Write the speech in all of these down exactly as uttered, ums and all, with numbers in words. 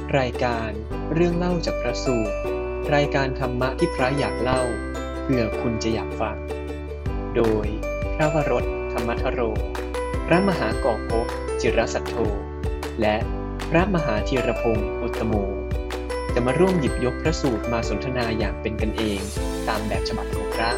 รายการเรื่องเล่าจากพระสูตรรายการธรรมะที่พระอยากเล่าเพื่อคุณจะอยากฟังโดยพระวรถธรรมทโรพระมหากอกภพจิรสัทโธและพระมหาธีรพงศ์อุตตโมจะมาร่วมหยิบยกพระสูตรมาสนทนาอย่างเป็นกันเองตามแบบฉบับของพระ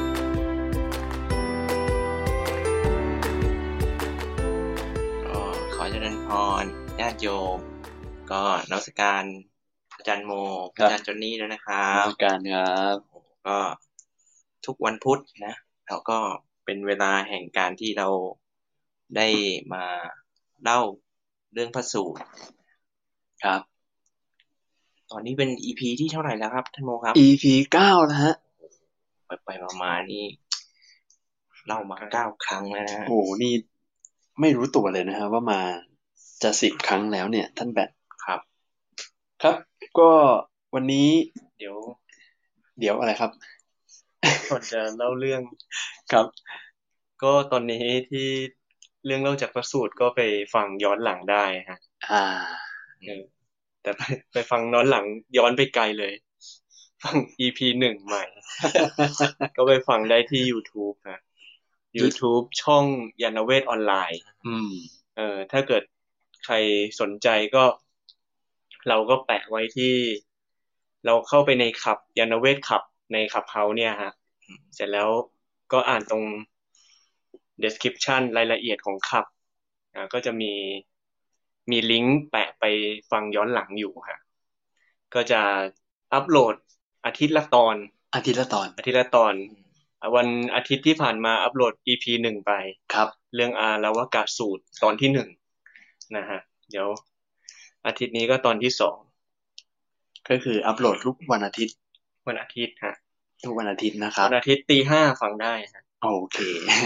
ก็ขอเจริญพรญาติโยมก็นมัสการอาจารย์โมอาจารย์จอนนี่ด้วยนะครับนมัสการครับก็ทุกวันพุธนะเราก็เป็นเวลาแห่งการที่เราได้มาเล่าเรื่องพระสูตรครับตอนนี้เป็น อี พี ที่เท่าไหร่แล้วครับท่านโมครับอี พี เก้าแล้วฮะไปไปมาๆนี่เล่ามาเก้าครั้งแล้วนะโอ้นี่ไม่รู้ตัวเลยนะฮะว่ามาจะสิบครั้งแล้วเนี่ยท่านแบทครับครับก็วันนี้เดี๋ยวเดี๋ยวอะไรครับก่อนจะเล่าเรื่องครับก็ตอนนี้ที่เรื่องเล่าจากพระสูตรก็ไปฟังย้อนหลังได้ฮะอ่าแต่ไปไปฟังย้อนหลังย้อนไปไกลเลยฟัง อี พี หนึ่งใหม่ ก็ไปฟังได้ที่ YouTube ฮะ YouTube ช่องยานเวทออนไลน์อืมเอ่อถ้าเกิดใครสนใจก็เราก็แปะไว้ที่เราเข้าไปในขับยานเวทขับในขับเฮาเนี่ยฮะเสร็จแล้วก็อ่านตรง description รายละเอียดของขับอ่าก็จะมีมีลิงก์แปะไปฟังย้อนหลังอยู่ฮะก็จะอัปโหลดอาทิตย์ละตอนอาทิตย์ละตอนอาทิตย์ละตอนวันอาทิตย์ที่ผ่านมาอัปโหลด อี พี หนึ่งไปครับเรื่องอาลาวกะสูตรตอนที่หนึ่งนะฮะเดี๋ยวอาทิตย์นี้ก็ตอนที่สองก็คืออัปโหลดทุกวันอาทิตย์วันอาทิตย์ฮะทุกวันอาทิตย์นะครับวันอาทิตย์ตีห้าฟังได้ฮะโอเค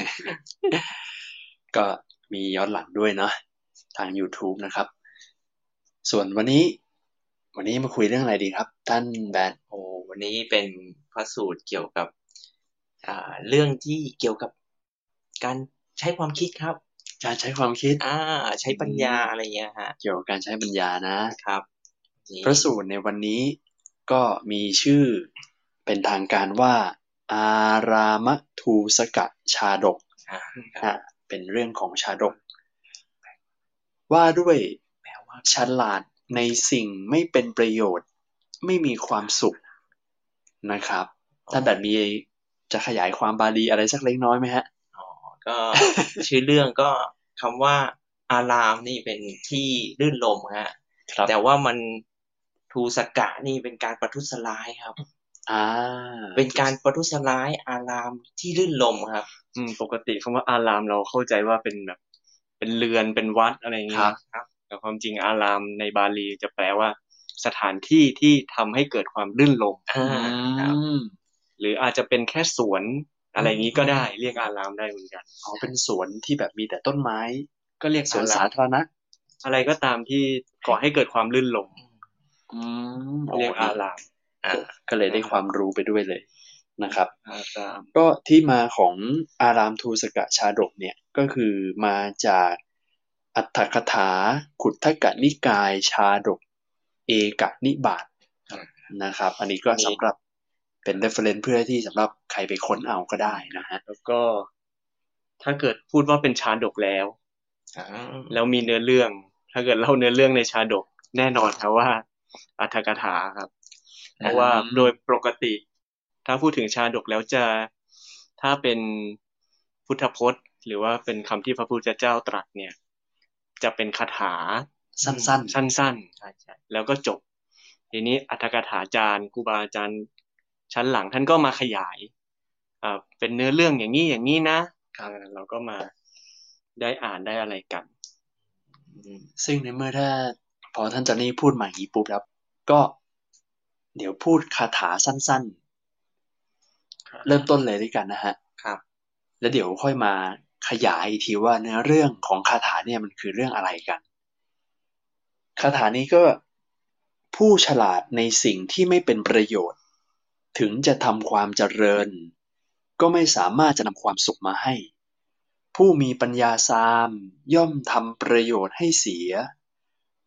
ก็มีย้อนหลังด้วยเนาะทาง YouTube นะครับส่วนวันนี้วันนี้มาคุยเรื่องอะไรดีครับท่านแบทโอ้วันนี้เป็นพระสูตรเกี่ยวกับอ่าเรื่องที่เกี่ยวกับการใช้ความคิดครับการใช้ความคิดอ่าใช้ปัญญาอะไรเงี้ยฮะเกี่ยวกับการใช้ปัญญานะครับพระสูตรในวันนี้ก็มีชื่อเป็นทางการว่าอารามทูสกชาดกอ่าเป็นเรื่องของชาดกว่าด้วยแปลว่าฉลาดในสิ่งไม่เป็นประโยชน์ไม่มีความสุขนะครับท่านแบบมีจะขยายความบาลีอะไรสักเล็กน้อยไหมฮะอ๋อก็ ชื่อเรื่องก็คำว่าอารามนี่เป็นที่ลื่นลมฮะแต่ว่ามันทูสกะนี่เป็นการประทุษร้ายครับอ่าเป็นการประทุษร้ายอารามที่ลื่นลมครับอืมปกติคำว่าอารามเราเข้าใจว่าเป็นแบบเป็นเรือนเป็นวัดอะไรอย่างเงี้ยครับแต่ความจริงอารามในบาลีจะแปลว่าสถานที่ที่ทำให้เกิดความลื่นลมอ่าครับหรืออาจจะเป็นแค่สวนอะไรอย่างนี้ก็ได้เรียกอารามได้เหมือนกันอ๋อเป็นสวนที่แบบมีแต่ต้นไม้ก็เรียกสวนสาธารณะอะไรก็ตามที่ก่อให้เกิดความลื่นลมอืมเรียกอารามอ่าก็เลยได้ความรู้ไปด้วยเลยนะครับก็ที่มาของอารามทูสกชาดกเนี่ยก็คือมาจากอัตถกถาขุททกนิกายชาดกเอกนิบาตนะครับอันนี้ก็สำหรับเป็น reference เพื่อที่สำหรับใครไปค้นเอาก็ได้นะฮะแล้วก็ถ้าเกิดพูดว่าเป็นชาดกแล้วแล้วมีเนื้อเรื่องถ้าเกิดเล่าเนื้อเรื่องในชาดกแน่นอนครับว่าอรรถกถาครับเพราะว่าโดยปกติถ้าพูดถึงชาดกแล้วจะถ้าเป็นพุทธพจน์หรือว่าเป็นคำที่พระพุทธเจ้าตรัสเนี่ยจะเป็นคาถาสั้นๆสั้นๆใช่ๆแล้วก็จบทีนี้อรรถกถาจารย์ครูบาอาจารย์ชั้นหลังท่านก็มาขยายอ่าเป็นเนื้อเรื่องอย่างนี้อย่างนี้นะเราก็มาได้อ่านได้อะไรกันซึ่งในเมื่อถ้าพอท่านจอนนี่พูดมาอย่างนี้ปุ๊บแล้วก็เดี๋ยวพูดคาถาสั้นๆเริ่มต้นเลยด้วยกันนะฮะครับแล้วเดี๋ยวค่อยมาขยายทีว่าเนื้อเรื่องของคาถาเนี่ยมันคือเรื่องอะไรกันคาถานี้ก็ผู้ฉลาดในสิ่งที่ไม่เป็นประโยชน์ถึงจะทำความเจริญก็ไม่สามารถจะนำความสุขมาให้ผู้มีปัญญาซามย่อมทำประโยชน์ให้เสีย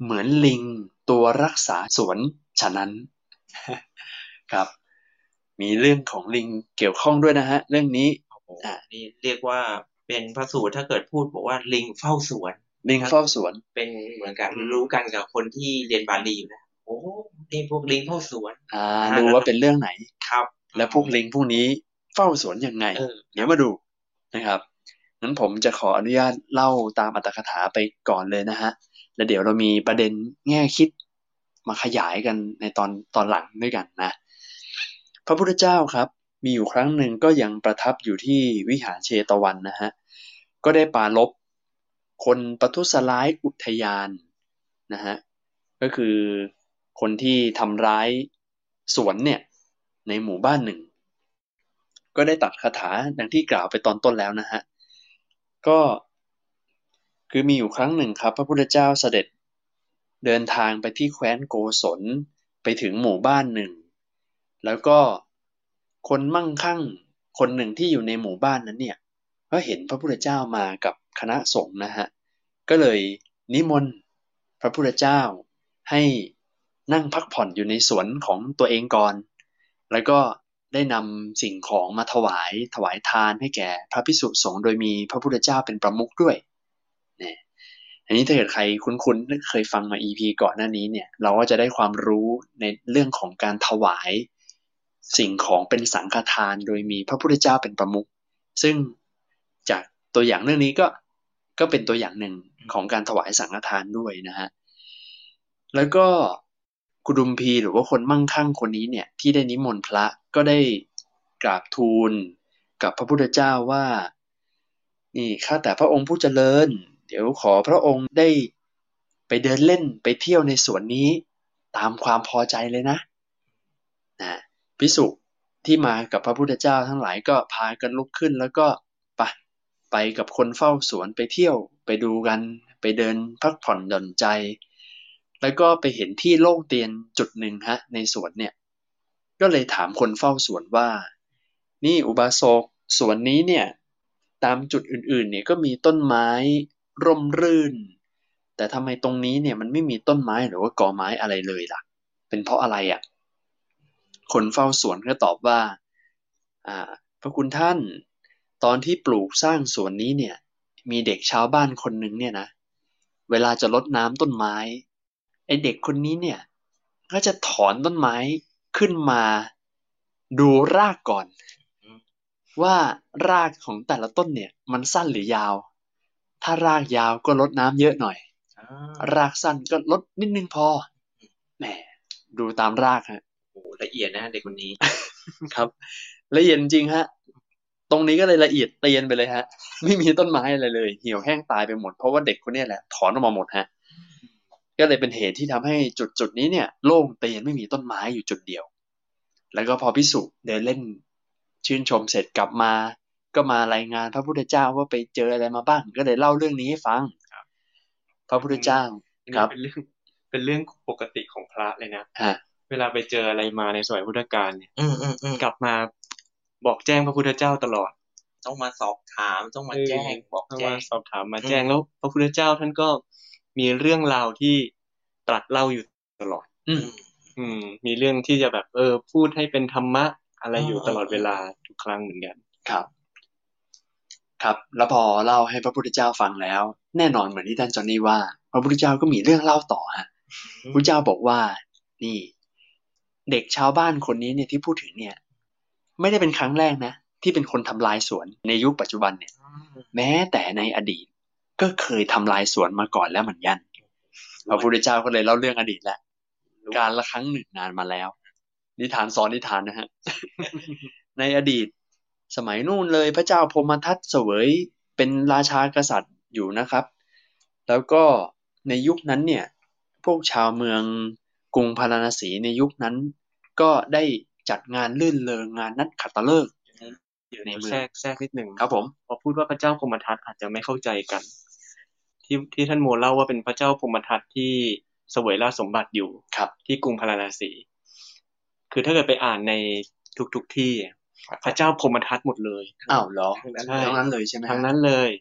เหมือนลิงตัวรักษาสวนฉะนั้น ครับมีเรื่องของลิงเกี่ยวข้องด้วยนะฮะเรื่องนี้อ่านี่เรียกว่าเป็นพระสูตรถ้าเกิดพูดบอกว่าลิงเฝ้าสวนลิงเฝ้าสวนเป็นเหมือนกันรู้กันกับคนที่เรียนบาลีอยู่นะโอ้นี่พวกลิงเฝ้าสวนอ่าดูว่าเป็นเรื่องไหนครับและพวกลิงพวกนี้เฝ้าสวนยังไงเดี๋ยวมาดูนะครับงั้นผมจะขออนุญาตเล่าตามอรรถกถาไปก่อนเลยนะฮะแล้วเดี๋ยวเรามีประเด็นแง่คิดมาขยายกันในตอนตอนหลังด้วยกันนะพระพุทธเจ้าครับมีอยู่ครั้งหนึ่งก็ยังประทับอยู่ที่วิหารเชตวันนะฮะก็ได้ปรารภคนประทุษร้ายอุทยานนะฮะก็คือคนที่ทำร้ายสวนเนี่ยในหมู่บ้านหนึ่งก็ได้ตรัสคาถาดังที่กล่าวไปตอนต้นแล้วนะฮะก็คือมีอยู่ครั้งหนึ่งครับพระพุทธเจ้าเสด็จเดินทางไปที่แคว้นโกศลไปถึงหมู่บ้านหนึ่งแล้วก็คนมั่งคั่งคนหนึ่งที่อยู่ในหมู่บ้านนั้นเนี่ยก็เห็นพระพุทธเจ้ามากับคณะสงฆ์นะฮะก็เลยนิมนต์พระพุทธเจ้าให้นั่งพักผ่อนอยู่ในสวนของตัวเองก่อนแล้วก็ได้นำสิ่งของมาถวายถวายทานให้แก่พระภิกษุสงฆ์โดยมีพระพุทธเจ้าเป็นประมุขด้วยเนี่ยอันนี้ถ้าเกิดใครคุ้นๆเคยฟังมา อี พี ก่อนหน้านี้เนี่ยเราก็จะได้ความรู้ในเรื่องของการถวายสิ่งของเป็นสังฆทานโดยมีพระพุทธเจ้าเป็นประมุขซึ่งจากตัวอย่างเรื่องนี้ก็ก็เป็นตัวอย่างหนึ่งของการถวายสังฆทานด้วยนะฮะแล้วก็กุดุมพีหรือว่าคนมั่งคั่งคนนี้เนี่ยที่ได้นิมนต์พระก็ได้กราบทูลกับพระพุทธเจ้าว่านี่ข้าแต่พระองค์ผู้เจริญเดี๋ยวขอพระองค์ได้ไปเดินเล่นไปเที่ยวในสวนนี้ตามความพอใจเลยนะนะภิกษุที่มากับพระพุทธเจ้าทั้งหลายก็พากันลุกขึ้นแล้วก็ไปไปกับคนเฝ้าสวนไปเที่ยวไปดูกันไปเดินพักผ่อนหย่อนใจแล้วก็ไปเห็นที่โล่งเตียนจุดหนึ่งฮะในสวนเนี่ยก็เลยถามคนเฝ้าสวนว่านี่อุบาสกสวนนี้เนี่ยตามจุดอื่นๆเนี่ยก็มีต้นไม้ร่มรื่นแต่ทำไมตรงนี้เนี่ยมันไม่มีต้นไม้หรือว่ากอไม้อะไรเลยล่ะเป็นเพราะอะไรอ่ะคนเฝ้าสวนก็ตอบว่าอ่าพระคุณท่านตอนที่ปลูกสร้างสวนนี้เนี่ยมีเด็กชาวบ้านคนหนึ่งเนี่ยนะเวลาจะรดน้ำต้นไม้ไอเด็กคนนี้เนี่ยก็จะถอนต้นไม้ขึ้นมาดูรากก่อนว่ารากของแต่ละต้นเนี่ยมันสั้นหรือยาวถ้ารากยาวก็รดน้ำเยอะหน่อยรากสั้นก็ลดนิดนึงพอแหมดูตามรากฮะโอ้ละเอียดนะเด็กคนนี้ครับละเอียดจริงฮะตรงนี้ก็เลยละเอียดเตียนไปเลยฮะไม่มีต้นไม้อะไรเลยเหี่ยวแห้งตายไปหมดเพราะว่าเด็กคนนี้แหละถอนออกมาหมดฮะก็เลยเป็นเหตุที่ทำให้จุดจุดนี้เนี่ยโล่งเตียนไม่มีต้นไม้อยู่จุดเดียวแล้วก็พอภิกษุเดินเล่นชื่นชมเสร็จกลับมาก็มารายงานพระพุทธเจ้าว่าไปเจออะไรมาบ้างก็เลยเล่าเรื่องนี้ให้ฟังพระพุทธเจ้าครับเป็นเรื่องเป็นเรื่องปกติของพระเลยนะฮะเวลาไปเจออะไรมาในสมัยพุทธกาลเนี่ยกลับมาบอกแจ้งพระพุทธเจ้าตลอดต้องมาสอบถามต้องมาแจ้งบอกแจ้งสอบถามมาแจ้งแล้วพระพุทธเจ้าท่านก็มีเรื่องราวที่ตรัสเล่าอยู่ตลอดอืมอืมมีเรื่องที่จะแบบเออพูดให้เป็นธรรมะอะไรอยู่ตลอดเวลาทุกครั้งเหมือนกันครับครับแล้วพอเล่าให้พระพุทธเจ้าฟังแล้วแน่นอนเหมือนที่ท่านจอนนี่ว่าพระพุทธเจ้าก็มีเรื่องเล่าต่อฮะพระพุทธเจ้าบอกว่านี่เด็กชาวบ้านคนนี้เนี่ยที่พูดถึงเนี่ยไม่ได้เป็นครั้งแรกนะที่เป็นคนทำลายสวนในยุคปัจจุบันเนี่ยแม้แต่ในอดีตก็เคยทำลายสวนมาก่อนแล้วเหมือนกันพระพุทธเจ้าก็เลยเล่าเรื่องอดีตแหละการละครั้งหนึ่งนานมาแล้วนิทานซ้อนนิทานนะฮะ ในอดีตสมัยนู่นเลยพระเจ้าพรหมทัตเสวยเป็นราชากษัตริย์อยู่นะครับแล้วก็ในยุคนั้นเนี่ยพวกชาวเมืองกรุงพาราณสีในยุคนั้นก็ได้จัดงานลื่นเริงงานนัดขัตฤกษ์ในเมืองแทรกแทรกนิดหนึ่งครับผมพอพูดว่าพระเจ้าพรหมทัตอาจจะไม่เข้าใจกันที่ที่ท่านโมเล่าว่าเป็นพระเจ้าพรหมทัตที่เสวยราชสมบัติอยู่ที่กรุงพาราณสีคือถ้าเกิดไปอ่านในทุกๆที่พระเจ้าพรหมทัตหมดเลยอ้าวเหรอทั้งนั้นเลยใช่ไหมทั้งนั้นเลยพ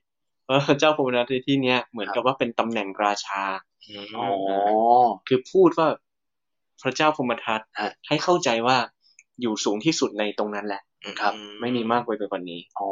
ราะเจ้าพรหมทัตในที่เนี้ยเหมือนกับว่าเป็นตำแหน่งราชาอ๋อคือพูดว่าพระเจ้าพรหมทัตให้เข้าใจว่าอยู่สูงที่สุดในตรงนั้นแหละครับไม่มีมากไปกว่านี้อ๋อ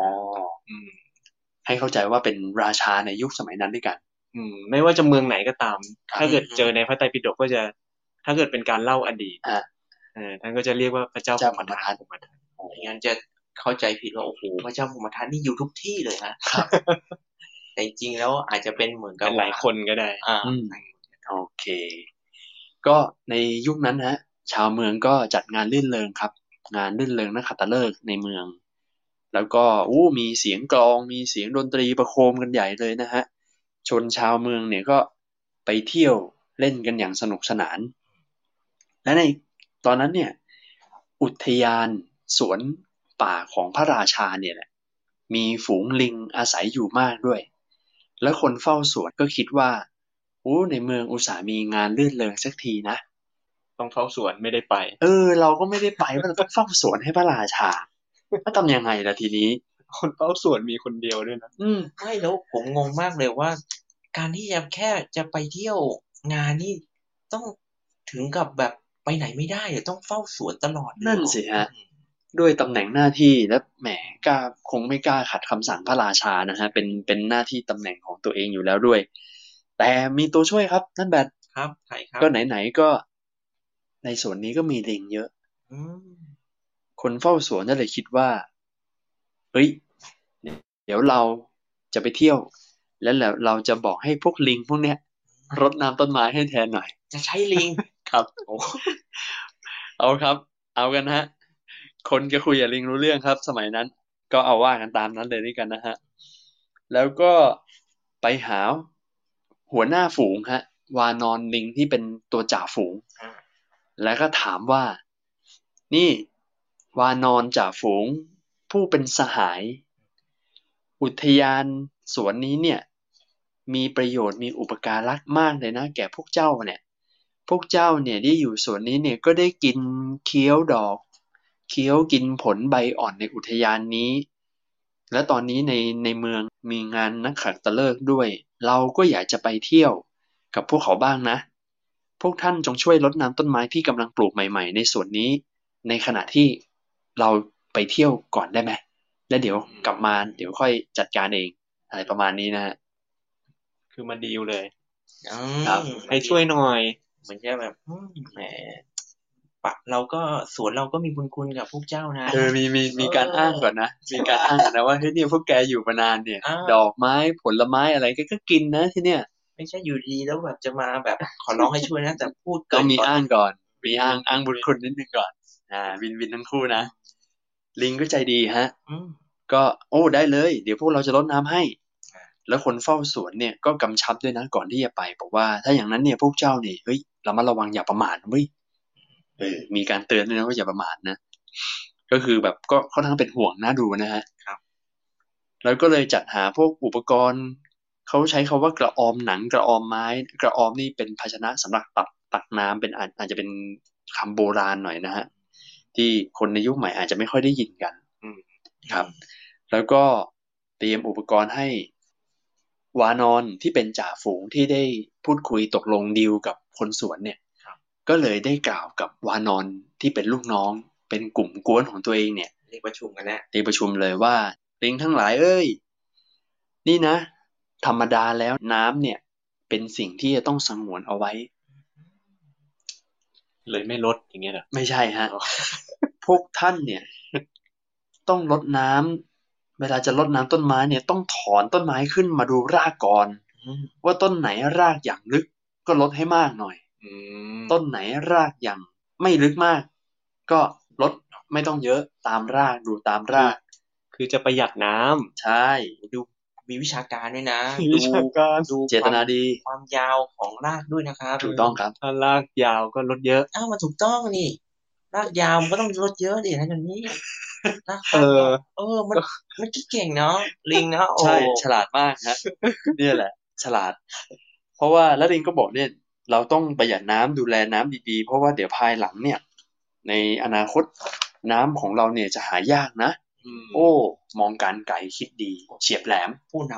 ให้เข้าใจว่าเป็นราชาในยุคสมัยนั้นด้วยกันอืมไม่ว่าจะเมืองไหนก็ตามถ้าเกิดเจอในพระไตรปิฎกก็จะถ้าเกิดเป็นการเล่าอดีตอ่ะเออท่านก็จะเรียกว่าพระเจ้าพรหมทัตไม่งั้นจะเข้าใจผิดว่าโอ้โหพระเจ้าพรหมทัตนี่อยู่ทุกที่เลยฮะแต่จริงแล้วอาจจะเป็นเหมือนกับหลายคนก็ได้อ่าโอเคก็ในยุคนั้นฮะชาวเมืองก็จัดงานรื่นเริงครับงานรื่นเริงนักขัตฤกษ์ในเมืองแล้วก็อู้มีเสียงกลองมีเสียงดนตรีประโคมกันใหญ่เลยนะฮะชนชาวเมืองเนี่ยก็ไปเที่ยวเล่นกันอย่างสนุกสนานและในตอนนั้นเนี่ยอุทยานสวนป่าของพระราชาเนี่ยแหละมีฝูงลิงอาศัยอยู่มากด้วยแล้วคนเฝ้าสวนก็คิดว่าโอ้ในเมืองอุตส่าห์มีงานลื่นเริงสักทีนะต้องเฝ้าสวนไม่ได้ไปเออเราก็ไม่ได้ไปว่าเราต้องเฝ้าสวนให้พระราชาแล้วทำยังไงล่ะทีนี้คนเฝ้าสวนมีคนเดียวด้วยนะอืมไม่แล้วผมงงมากเลยว่าการที่จะแค่จะไปเที่ยวงานนี่ต้องถึงกับแบบไปไหนไม่ได้ต้องเฝ้าสวนตลอดนั่นสิฮะด้วยตำแหน่งหน้าที่และแหมกล้าคงไม่กล้าขัดคำสั่งพระราชานะฮะเป็นเป็นหน้าที่ตำแหน่งของตัวเองอยู่แล้วด้วยแต่มีตัวช่วยครับนั่นแบบครับใครครับก็ไหนๆก็ในสวนนี้ก็มีลิงเยอะคนเฝ้าสวนก็เลยคิดว่าเฮ้ยเดี๋ยวเราจะไปเที่ยวแล้วเราจะบอกให้พวกลิงพวกเนี้ยรดน้ำต้นไม้ให้แทนหน่อยจะใช้ลิงครับโอ้เอาครับเอากันฮะคนจะคุยกับลิงรู้เรื่องครับสมัยนั้นก็เอาว่ากันตามนั้นเลยด้วยกันนะฮะแล้วก็ไปหาหัวหน้าฝูงฮะวานอนลิงที่เป็นตัวจ่าฝูงแล้วก็ถามว่านี่วานอนจ่าฝูงผู้เป็นสหายอุทยานสวนนี้เนี่ยมีประโยชน์มีอุปการะมากเลยนะแก่พวกเจ้าเนี่ยพวกเจ้าเนี่ยที่อยู่สวนนี้เนี่ยก็ได้กินเคี้ยวดอกเคี้ยวกินผลใบอ่อนในอุทยานนี้และตอนนี้ในในเมืองมีงานนักขัตฤกษ์ด้วยเราก็อยากจะไปเที่ยวกับพวกเขาบ้างนะพวกท่านจงช่วยรดน้ำต้นไม้ที่กำลังปลูกใหม่ๆในสวนนี้ในขณะที่เราไปเที่ยวก่อนได้ไหมแล้วเดี๋ยวกลับมาเดี๋ยวค่อยจัดการเองอะไรประมาณนี้นะฮะคือมาดีลเลยครับให้ช่วยหน่อยเหมือนจะแบบแหมปะเราก็สวนเราก็มีบุญคุณกับพวกเจ้านะเออมีมีมีการอ้างก่อนนะมีการอ้างกันนะว่าเฮ้ยเนี่ยพวกแกอยู่มานานเนี่ยดอกไม้ผลไม้อะไรก็ก็กินนะที่เนี่ยไม่ใช่อยู่ดีแล้วแบบจะมาแบบขอร้องให้ช่วยนะแต่พูดก็มีอ้างก่อนมีอ้างอ้างบุญคุณนิดนึงก่อนอ่าวินวินทั้งคู่นะลิงก็ใจดีฮะก็โอ้ได้เลยเดี๋ยวพวกเราจะรดน้ำให้แล้วคนเฝ้าสวนเนี่ยก็กำชับด้วยนะก่อนที่จะไปบอกว่าถ้าอย่างนั้นเนี่ยพวกเจ้านี่เฮ้ยระมัดระวังอย่าประมาทเว้ยเออมีการเตือนด้วยนะว่าอย่าประมาทนะก็คือแบบก็ค่อนข้างเป็นห่วงน่าดูนะฮะครับแล้วก็เลยจัดหาพวกอุปกรณ์เขาใช้คาว่ากระออมหนังกระออมไม้กระออมนี่เป็นภาชนะสำหรับตักตักน้ำเป็นอาจจะเป็นคำโบราณหน่อยนะฮะที่คนในยุคใหม่อาจจะไม่ค่อยได้ยินกันครับแล้วก็เตรียมอุปกรณ์ให้วานอนที่เป็นจ่าฝูงที่ได้พูดคุยตกลงดีลกับคนสวนเนี่ยก็เลยได้กล่าวกับวานอนที่เป็นลูกน้องเป็นกลุ่มกวนของตัวเองเนี่ยเรียกประชุมกันแล้วเรียกประชุมเลยว่าลิงทั้งหลายเอ้ยนี่นะธรรมดาแล้วน้ำเนี่ยเป็นสิ่งที่จะต้องสงวนเอาไว้เลยไม่ลดอย่างเงี้ยหรอไม่ใช่ฮะ พวกท่านเนี่ยต้องรดน้ำเวลาจะรดน้ำต้นไม้เนี่ยต้องถอนต้นไม้ขึ้นมาดูรากก่อนว่าต้นไหนรากอย่างลึกก็รดให้มากหน่อยต้นไหนรากอย่างไม่ลึกมากก็ลดไม่ต้องเยอะตามรากดูตามรากคือจะประหยัดน้ำใช่ดูมีวิชาการด้วยนะวิชาการดูเจตนาดีความยาวของรากด้วยนะครับถูกต้องครับถ้ารากยาวก็ลดเยอะอ้าวมันถูกต้องนี่รากยาวมันก็ต้องลดเยอะดินะอย่างนี้เออเออมันมันคิดเก่งเนาะลิงเนาะใช่ฉลาดมากฮะนี่แหละฉลาดเพราะว่าแล้วลิงก็บอกเนี่ยเราต้องประหยัดน้ำดูแลน้ำดีๆเพราะว่าเดี๋ยวภายหลังเนี่ยในอนาคตน้ำของเราเนี่ยจะหายากนะโอ้มองการไกลคิดดีเฉียบแหลมผู้น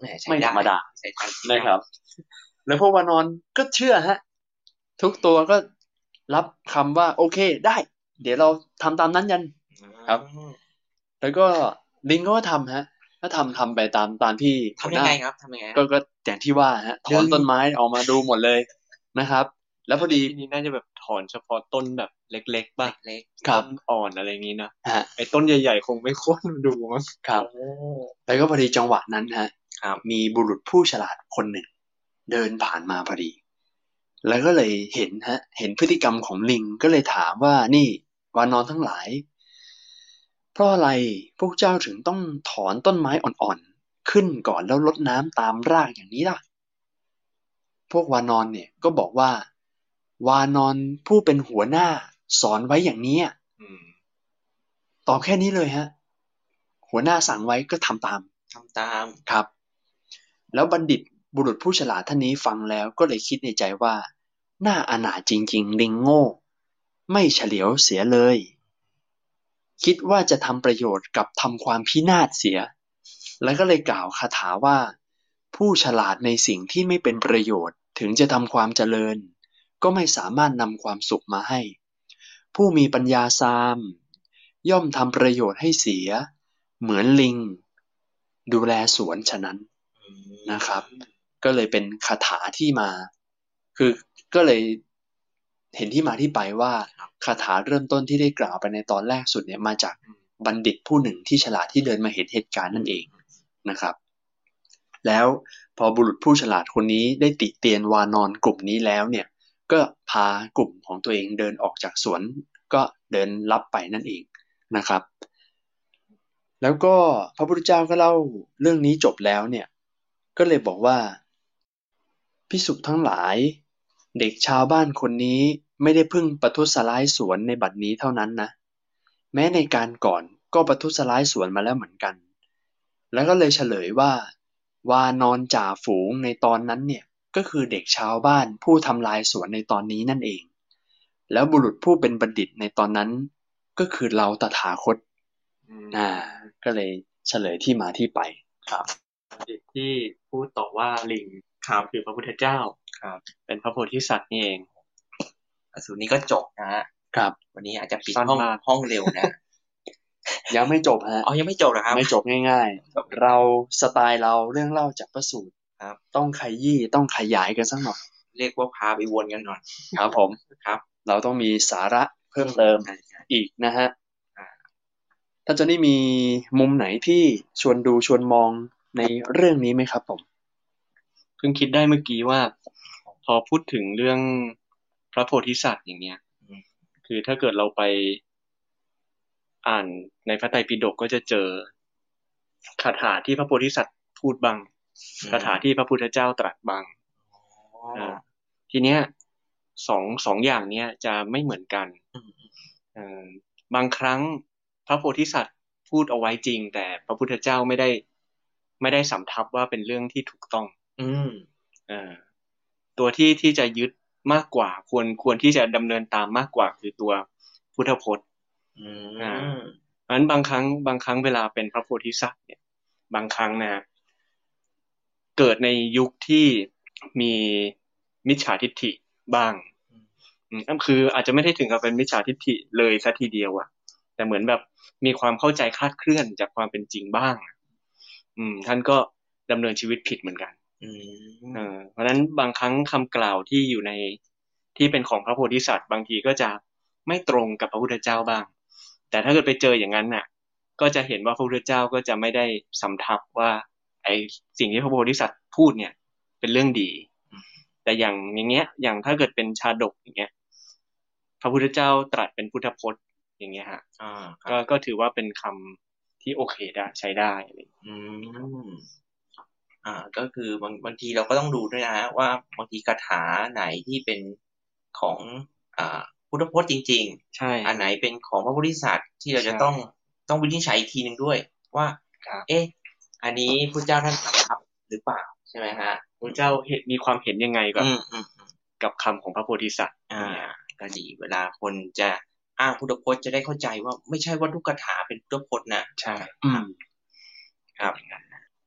ไม่ธรรมดานะครับแล้วพวกวานอนก็เชื่อฮะทุกตัวก็รับคำว่าโอเคได้เดี๋ยวเราทำตามนั้นยันครับแล้วก็ลิงก็ทำฮะก็ทำทำไปตามตามที่ทำยังไงครับทำยังไงก็ก็อย่างที่ว่าฮะถอนต้นไม้ออกมาดูหมดเลยนะครับแล้วพอดีที่นี้น่าจะแบบถอนเฉพาะต้นแบบเล็กๆป่ะเล็กๆต้นอ่อนอะไรอย่างนี้นะไอ้ต้นใหญ่ๆคงไม่ค้นดูมั้งครับแล้วก็พอดีจังหวะนั้นฮะมีบุรุษผู้ฉลาดคนหนึ่งเดินผ่านมาพอดีแล้วก็เลยเห็นฮะเห็นพฤติกรรมของลิงก็เลยถามว่านี่วานอนทั้งหลายเพราะอะไรพวกเจ้าถึงต้องถอนต้นไม้อ่อนๆขึ้นก่อนแล้วรดน้ำตามรากอย่างนี้ล่ะพวกวานอนเนี่ยก็บอกว่าวานอนผู้เป็นหัวหน้าสอนไว้อย่างนี้ตอบแค่นี้เลยฮะหัวหน้าสั่งไว้ก็ทำตามทำตามครับแล้วบัณฑิตบุรุษผู้ฉลาดท่านนี้ฟังแล้วก็เลยคิดในใจว่าน่าอนาถจริงๆลิงโง่ไม่เฉลียวเสียเลยคิดว่าจะทำประโยชน์กับทำความพินาศเสียแล้วก็เลยกล่าวคาถาว่าผู้ฉลาดในสิ่งที่ไม่เป็นประโยชน์ถึงจะทำความเจริญก็ไม่สามารถนำความสุขมาให้ผู้มีปัญญาซามย่อมทำประโยชน์ให้เสียเหมือนลิงดูแลสวนฉะนั้นนะครับก็เลยเป็นคาถาที่มาคือก็เลยเห็นที่มาที่ไปว่าคาถาเริ่มต้นที่ได้กล่าวไปในตอนแรกสุดเนี่ยมาจากบัณฑิตผู้หนึ่งที่ฉลาดที่เดินมาเห็นเหตุการณ์นั่นเองนะครับแล้วพอบุรุษผู้ฉลาดคนนี้ได้ติเตียนวานอนกลุ่มนี้แล้วเนี่ยก็พากลุ่มของตัวเองเดินออกจากสวนก็เดินลับไปนั่นเองนะครับแล้วก็พระพุทธเจ้าก็เล่าเรื่องนี้จบแล้วเนี่ยก็เลยบอกว่าภิกษุทั้งหลายเด็กชาวบ้านคนนี้ไม่ได้พึ่งประทุษร้ายสวนในบัดนี้เท่านั้นนะแม้ในการก่อนก็ประทุษร้ายสวนมาแล้วเหมือนกันแล้วก็เลยเฉลยว่าวานอนจ่าฝูงในตอนนั้นเนี่ยก็คือเด็กชาวบ้านผู้ทำลายสวนในตอนนี้นั่นเองแล้วบุรุษผู้เป็นบัณฑิตในตอนนั้นก็คือเราตถาคตอ่าก็เลยเฉลยที่มาที่ไปครับบัณฑิตที่พูดต่อว่าลิงครับคือพระพุทธเจ้าครับเป็นพระโพธิสัตว์นี่เองสูตรนี้ก็จบนะฮะครับวันนี้อาจจะปิดห้องห้องเร็วนะยังไม่จบฮะอ๋อยังไม่จบเหรอครับไม่จบง่ายๆเราสไตล์เราเรื่องเล่าจากพระสูตรครับต้องขยี้ต้องขยายกันสักหน่อยเรียกว่าพาไปวนกันหน่อยครับผมครับเราต้องมีสาระเพิ่มเติมอีกนะฮะท่านเจ้านี่มีมุมไหนที่ชวนดูชวนมองในเรื่องนี้ไหมครับผมเพิ่งคิดได้เมื่อกี้ว่าพอพูดถึงเรื่องพระโพธิสัตว์อย่างเนี้ยคือถ้าเกิดเราไปอ่านในพระไตรปิฎกก็จะเจอคาถาที่พระโพธิสัตว์พูดบ้างคาถาที่พระพุทธเจ้าตรัสบ้างทีเนี้ยสองสองอย่างเนี้ยจะไม่เหมือนกันบางครั้งพระโพธิสัตว์พูดเอาไว้จริงแต่พระพุทธเจ้าไม่ได้ไม่ได้สำทับว่าเป็นเรื่องที่ถูกต้องอืมอ่าตัวที่ที่จะยึดมากกว่าควรควรที่จะดำเนินตามมากกว่าคือตัวพุทธพจน์อืมอ่าเพราะฉะนั้นบางครั้งบางครั้งเวลาเป็นพระโพธิสัตว์เนี่ยบางครั้งนะเกิดในยุคที่มีมิจฉาทิฏฐิบ้างอืมคืออาจจะไม่ได้ถึงกับเป็นมิจฉาทิฏฐิเลยซะทีเดียวอ่ะแต่เหมือนแบบมีความเข้าใจคลาดเคลื่อนจากความเป็นจริงบ้างอืมท่านก็ดำเนินชีวิตผิดเหมือนกันอืมเออเพราะฉะนั้นบางครั้งคำกล่าวที่อยู่ในที่เป็นของพระโพธิสัตว์บางทีก็จะไม่ตรงกับพระพุทธเจ้าบ้างแต่ถ้าเกิดไปเจออย่างนั้นน่ะก็จะเห็นว่าพระพุทธเจ้าก็จะไม่ได้สำทับว่าไอ้สิ่งที่พระโพธิสัตว์พูดเนี่ยเป็นเรื่องดีแต่อย่างอย่างเงี้ยอย่างถ้าเกิดเป็นชาดกอย่างเงี้ยพระพุทธเจ้าตรัสเป็นพุทธพจน์อย่างเงี้ยฮะอ่าก็ก็ถือว่าเป็นคำที่โอเคได้ใช้ได้อืมอ่าก็คือบางบางทีเราก็ต้องดูด้วยนะฮะว่าบางทีคาถาไหนที่เป็นของอ่าพุทธพจน์จริงๆใช่อันไหนเป็นของพระโพธิสัตว์ที่เราจะต้องต้องวินิจฉัยอีกทีนึงด้วยว่าเอ๊ะอันนี้พระเจ้าท่านสำทับหรือเปล่าใช่ไหมฮะพระเจ้าเห็นมีความเห็นยังไงกับกับคำของพระโพธิสัตว์อ่าก็ดีเวลาคนจะอ้างพุทธพจน์จะได้เข้าใจว่าไม่ใช่ว่าทุกคาถาเป็นพุทธพจน์นะใช่ครับครับ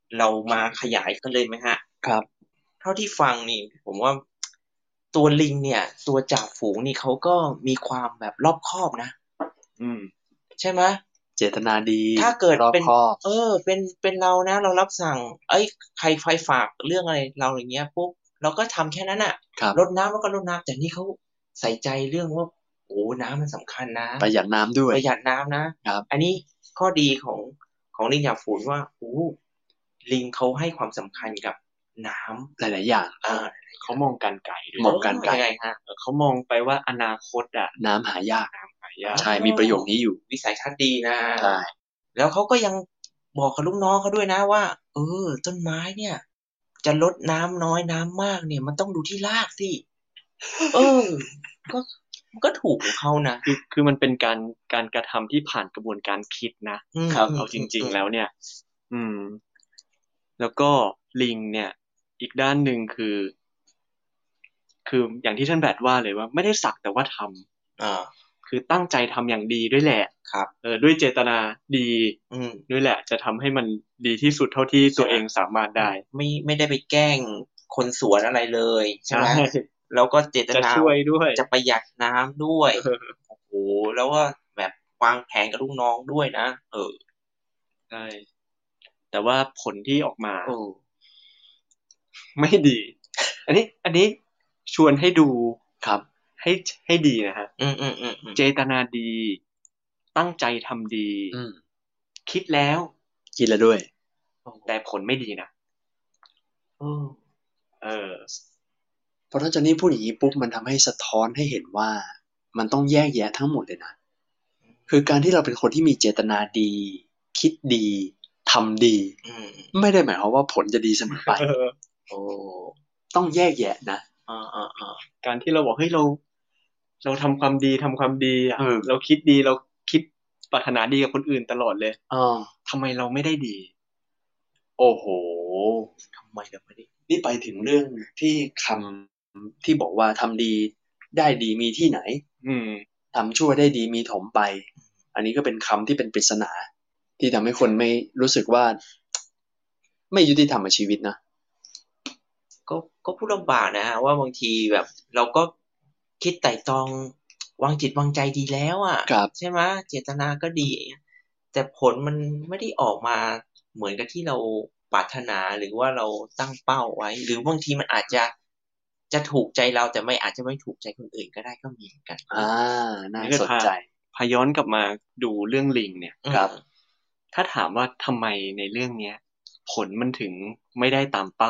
เรามาขยายกันเลยไหมฮะครับเท่าที่ฟังนี่ผมว่าตัวลิงเนี่ยตัวจ่าฝูงนี่เขาก็มีความแบบรอบคอบนะอืมใช่ไหมเจตนาดีถ้าเกิดเป็นรอบคอบเออเป็นเป็นเรานะเรารับสั่งเอ้ยใครใครฝากเรื่องอะไรเราอย่างเงี้ยปุ๊บเราก็ทำแค่นั้นอ่ะรดน้ำแล้วก็รดน้ำแต่นี่เขาใส่ใจเรื่องว่าโอ้น้ำมันสำคัญนะประหยัดน้ำด้วยประหยัดน้ำนะครับอันนี้ข้อดีของของลิงจ่าฝูงว่าโอ้ลิงเขาให้ความสำคัญกับน้ำหลายๆอย่างอ่าเขามองการไกลด้วยมองการไกลฮะเขามองไปว่าอนาคตอ่ะน้ำหายากน้ำหายากใช่มีประโยคนี้อยู่วิสัยทัศน์ดีนะใช่แล้วเขาก็ยังบอกกับลูกน้องเขาด้วยนะว่าเออต้นไม้เนี่ยจะลดน้ำน้อยน้ำมากเนี่ยมันต้องดูที่รากสิเออก็มันก็ถูกของเขานะคือคือมันเป็นการการกระทำที่ผ่านกระบวนการคิดนะครับเอาจริงๆแล้วเนี่ยอืมแล้วก็ลิงเนี่ยอีกด้านหนึ่งคือคืออย่างที่ท่านแบดว่าเลยว่าไม่ได้สักแต่ว่าทำอ่าคือตั้งใจทำอย่างดีด้วยแหละครับเออด้วยเจตนาดีด้วยแหละจะทำให้มันดีที่สุดเท่าที่ตัวเองสามารถได้ไม่ไม่ได้ไปแกล้งคนสวนอะไรเลยใช่ไหมแล้วก็เจตนาจะช่วยด้วยจะประหยัดน้ำด้วยโอ้โหแล้วก็แบบวางแผนกับลูกน้องด้วยนะเออใช่แต่ว่าผลที่ออกมาโอ้ไม่ดี อันนี้อันนี้ชวนให้ดูครับให้ให้ดีนะฮะอืมอืมอืมเจตนาดีตั้งใจทำดีคิดแล้วคิดแล้วด้วยแต่ผลไม่ดีนะเออเออเพราะถ้าจะนี่พูดอย่างนี้ปุ๊บมันทำให้สะท้อนให้เห็นว่ามันต้องแยกแยะทั้งหมดเลยนะคือการที่เราเป็นคนที่มีเจตนาดีคิดดีทำดีไม่ได้หมายความว่าผลจะดีเสมอไปโอ้ต้องแยกแยะนะอ่าอ่าอ่าการที่เราบอกเฮ้ยเราเราทำความดีทำความดีอ่ะเราคิดดีเราคิดปรารถนาดีกับคนอื่นตลอดเลยอ๋อทำไมเราไม่ได้ดีโอ้โหทำไมเราไม่ได้นี่ไปถึงเรื่องที่คำที่บอกว่าทำดีได้ดีมีที่ไหนอืมทำชั่วได้ดีมีถมไปอันนี้ก็เป็นคำที่เป็นปริศนาที่ทำให้คนไม่รู้สึกว่าไม่ยุติธรรมกับชีวิตนะก็ก็พูดลำบากนะฮะว่าบางทีแบบเราก็คิดไต่ตองวางจิตวางใจดีแล้วอ่ะใช่ไหมเจตนาก็ดีแต่ผลมันไม่ได้ออกมาเหมือนกับที่เราปรารถนาหรือว่าเราตั้งเป้าไว้หรือบางทีมันอาจจะจะถูกใจเราแต่ไม่อาจจะไม่ถูกใจคนอื่นก็ได้ก็มีเหมือนกันอ่าน่าสนใจพาย้อนกลับมาดูเรื่องลิงเนี่ยครับถ้าถามว่าทำไมในเรื่องเนี้ยผลมันถึงไม่ได้ตามเป้า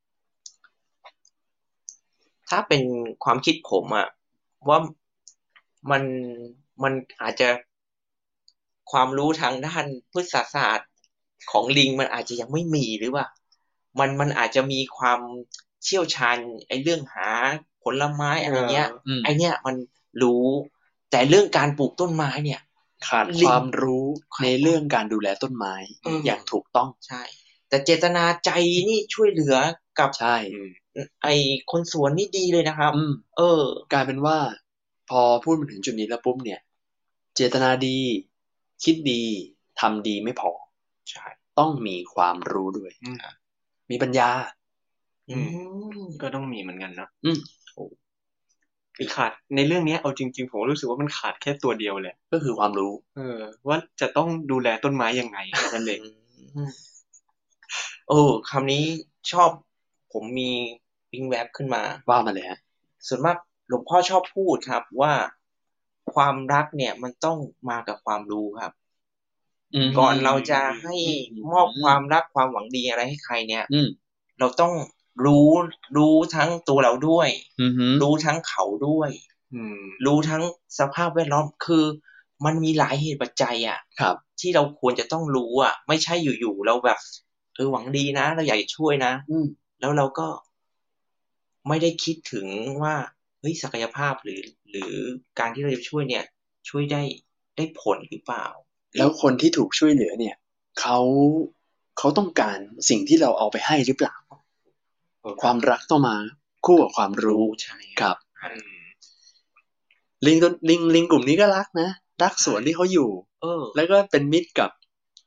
ถ้าเป็นความคิดผมอะว่ามันมันอาจจะความรู้ทางด้านพฤกษศาสตร์ของลิงมันอาจจะยังไม่มีหรือว่ามันมันอาจจะมีความเชี่ยวชาญไอ้เรื่องหาผลไม้อะไรเงี้ยไอ้เนี้ยมันรู้แต่เรื่องการปลูกต้นไม้เนี่ยขาดความรู้ในเรื่องการดูแลต้นไม้อย่างถูกต้องใช่แต่เจตนาใจนี่ช่วยเหลือกับใช่ไอคนสวนนี่ดีเลยนะครับเออกลายเป็นว่าพอพูดมาถึงจุดนี้แล้วปุ๊บเนี่ยเจตนาดีคิดดีทำดีไม่พอใช่ต้องมีความรู้ด้วยมีปัญญาอืมก็ต้องมีเหมือนกันเนาะอืมคือขาดในเรื่องนี้เอาจริงๆผมรู้สึกว่ามันขาดแค่ตัวเดียวเลยก็คือความรู้เออว่าจะต้องดูแลต้นไม้ยังไงนั่นเองโอ้คำนี้ชอบผมมีปิ้งแวบขึ้นมาว่ามาเลยฮะส่วนมากหลวงพ่อชอบพูดครับว่าความรักเนี่ยมันต้องมากับความรู้ครับก่อนเราจะให้มอบความรักความหวังดีอะไรให้ใครเนี่ยเราต้องรู้รู้ทั้งตัวเราด้วยรู้ทั้งเขาด้วยรู้ทั้งสภาพแวดล้อมคือมันมีหลายเหตุปัจจัยอ่ะที่เราควรจะต้องรู้อ่ะไม่ใช่อยู่ๆเราแบบเออหวังดีนะเราอยากจะช่วยนะแล้วเราก็ไม่ได้คิดถึงว่าเฮ้ยศักยภาพหรือหรือการที่เราจะช่วยเนี่ยช่วยได้ได้ผลหรือเปล่าแล้วคนที่ถูกช่วยเหลือเนี่ยเขาเขาต้องการสิ่งที่เราเอาไปให้หรือเปล่าความรักต้องมาคู่กับความรู้ใช่ครับลิงตัวลิงลิงกลุ่มนี้ก็รักนะรักสวนที่เขาอยู่เออแล้วก็เป็นมิตรกับ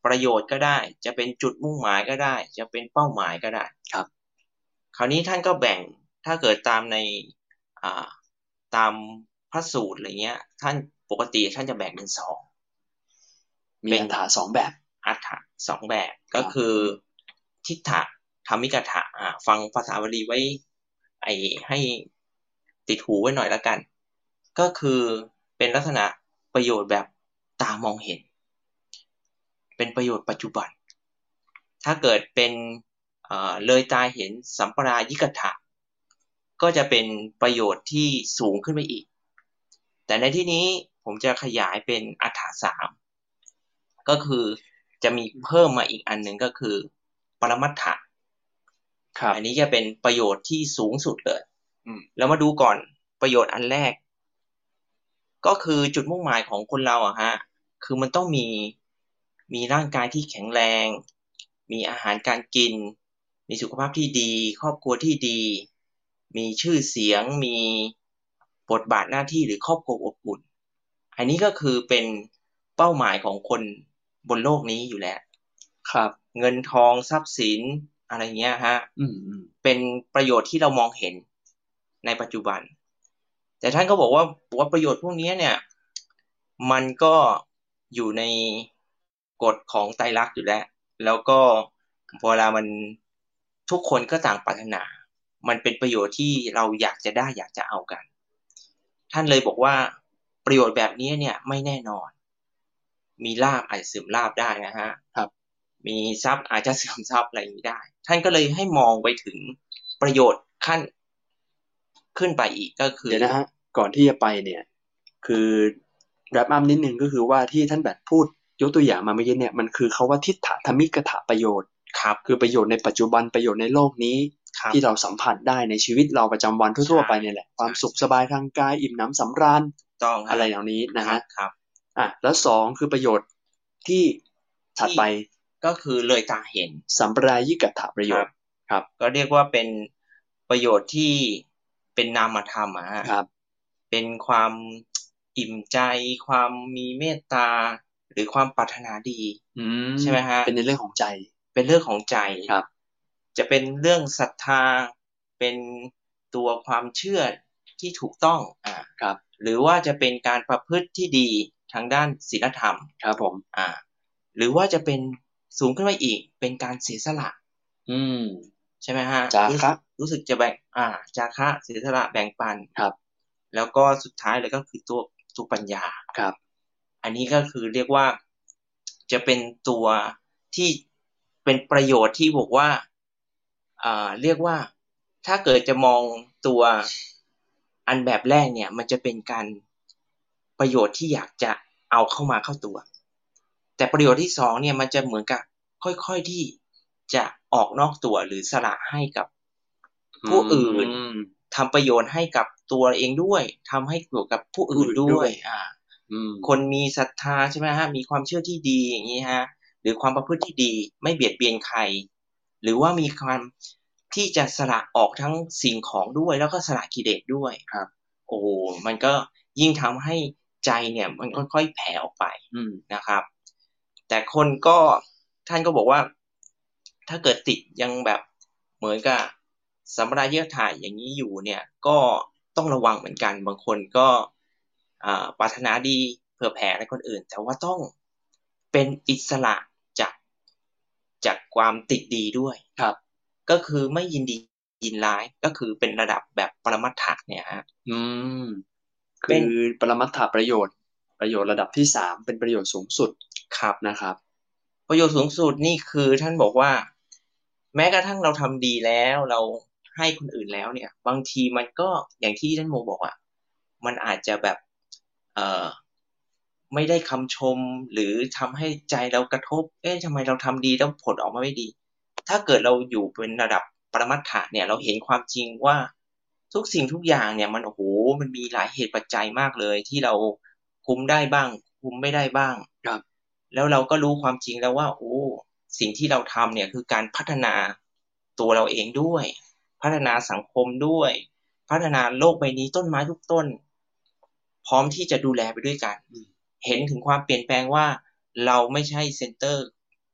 ประโยชน์ก็ได้จะเป็นจุดมุ่งหมายก็ได้จะเป็นเป้าหมายก็ได้ครับคราวนี้ท่านก็แบ่งถ้าเกิดตามในอ่าตามพระสูตรอะไรเงี้ยท่านปกติท่านจะแบ่งเป็นสองมีอัฏฐะสองแบบอัฏฐะสองแบบก็คือทิฏฐะธรรมิกถะอ่าฟังภาษาบาลีไว้ไอ้ให้ติดหูไว้หน่อยละกันก็คือเป็นลักษณะประโยชน์แบบตามองเห็นเป็นประโยชน์ปัจจุบันถ้าเกิดเป็นเอ่อเลยตาเห็นสัมปรายิกถะก็จะเป็นประโยชน์ที่สูงขึ้นไปอีกแต่ในที่นี้ผมจะขยายเป็นอัฏฐะสามก็คือจะมีเพิ่มมาอีกอันหนึ่งก็คือปรมัตถะอันนี้จะเป็นประโยชน์ที่สูงสุดเลยแล้วมาดูก่อนประโยชน์อันแรกก็คือจุดมุ่งหมายของคนเราอะฮะคือมันต้องมีมีร่างกายที่แข็งแรงมีอาหารการกินมีสุขภาพที่ดีครอบครัวที่ดีมีชื่อเสียงมีบทบาทหน้าที่หรือครอบครัวอบอุ่นอันนี้ก็คือเป็นเป้าหมายของคนบนโลกนี้อยู่แล้วครับเงินทองทรัพย์สินอะไรเงี้ยฮะเป็นประโยชน์ที่เรามองเห็นในปัจจุบันแต่ท่านก็บอกว่าว่าประโยชน์พวกนี้เนี่ยมันก็อยู่ในกฎของไตรลักษณ์อยู่แล้วแล้วก็เวลามันทุกคนก็ต่างปรารถนามันเป็นประโยชน์ที่เราอยากจะได้อยากจะเอากันท่านเลยบอกว่าประโยชน์แบบนี้เนี่ยไม่แน่นอนมีลาภอาจจะเสื่อมลาภได้นะฮะครับมีทรัพย์อาจจะเสื่อมทรัพย์อะไรอย่างนี้ได้ท่านก็เลยให้มองไปถึงประโยชน์ขั้นขึ้นไปอีกก็คือเดี๋ยวนะฮะก่อนที่จะไปเนี่ยคือแรปอัพนิดนึงก็คือว่าที่ท่านแบบพูดยกตัวอย่างมาเมื่อกี้เนี่ยมันคือคาว่าทิฏฐธรรมิกถะประโยชน์ครับคือประโยชน์ในปัจจุบันประโยชน์ในโลกนี้ที่เราสัมผัสได้ในชีวิตเราประจำวันทั่วๆไปเนี่ยแหละความสุขสบายทางกายอิ่มหนำสำราญต้องอะไรเหล่านี้นะฮะครับอ่ะแล้วสองคือประโยชน์ที่ถัดไปก็คือเลยตาเห็นสัมปรายิกถะประโยชน์ครับก็เรียกว่าเป็นประโยชน์ที่เป็นนามธรรมอ่ะครับเป็นความอิ่มใจความมีเมตตาหรือความปรารถนาดีใช่ไหมฮะเป็นในเรื่องของใจเป็นเรื่องของใจครับจะเป็นเรื่องศรัทธาเป็นตัวความเชื่อที่ถูกต้องอ่าครับหรือว่าจะเป็นการประพฤติที่ดีทางด้านศีลธรรมครับผมอ่าหรือว่าจะเป็นสูงขึ้นไปอีกเป็นการเสียสละอืมใช่ไหมฮะจาคะรู้สึกจะแบ่งอ่าจาคะเสียสละแบ่งปันครับแล้วก็สุดท้ายเลยก็คือตัวตัวปัญญาครับอันนี้ก็คือเรียกว่าจะเป็นตัวที่เป็นประโยชน์ที่บอกว่าอ่าเรียกว่าถ้าเกิดจะมองตัวอันแบบแรกเนี่ยมันจะเป็นการประโยชน์ที่อยากจะเอาเข้ามาเข้าตัวแต่ประโยชน์ที่สองเนี่ยมันจะเหมือนกับค่อยๆที่จะออกนอกตัวหรือสละให้กับผู้อื่นทำประโยชน์ให้กับตัวเองด้วยทำให้เกี่ยวกับผู้อื่นด้วยอ่าคนมีศรัทธาใช่ไหมฮะมีความเชื่อที่ดีอย่างนี้ฮะหรือความประพฤติที่ดีไม่เบียดเบียนใครหรือว่ามีความที่จะสละออกทั้งสิ่งของด้วยแล้วก็สละกิเลสด้วยครับโอ้โหมันก็ยิ่งทำให้ใจเนี่ยมันค่อยๆแผ่ออกไปนะครับแต่คนก็ท่านก็บอกว่าถ้าเกิดติดยังแบบเหมือนกับสัมปรายถ่ายอย่างนี้อยู่เนี่ยก็ต้องระวังเหมือนกันบางคนก็ปรารถนาดีเผื่อแผ่ให้คนอื่นแต่ว่าต้องเป็นอิสระจากจากความติดดีด้วยครับก็คือไม่ยินดียินร้ายก็คือเป็นระดับแบบปรมัตถะเนี่ยฮะอืมคือปรมัตถประโยชน์ประโยชน์ระดับที่สามเป็นประโยชน์สูงสุดครับนะครับประโยชน์สูงสุดนี่คือท่านบอกว่าแม้กระทั่งเราทำดีแล้วเราให้คนอื่นแล้วเนี่ยบางทีมันก็อย่างที่ท่านโมบอกอ่ะมันอาจจะแบบเอ่อไม่ได้คำชมหรือทำให้ใจเรากระทบเอ๊ะทำไมเราทำดีแล้วผลออกมาไม่ดีถ้าเกิดเราอยู่เป็นระดับปรมัตถะเนี่ยเราเห็นความจริงว่าทุกสิ่งทุกอย่างเนี่ยมันโอ้โหมันมีหลายเหตุปัจจัยมากเลยที่เราคุมได้บ้างคุมไม่ได้บ้างครับแล้วเราก็รู้ความจริงแล้วว่าโอ้สิ่งที่เราทำเนี่ยคือการพัฒนาตัวเราเองด้วยพัฒนาสังคมด้วยพัฒนาโลกใบนี้ต้นไม้ทุกต้นพร้อมที่จะดูแลไปด้วยกันเห็นถึงความเปลี่ยนแปลงว่าเราไม่ใช่เซ็นเตอร์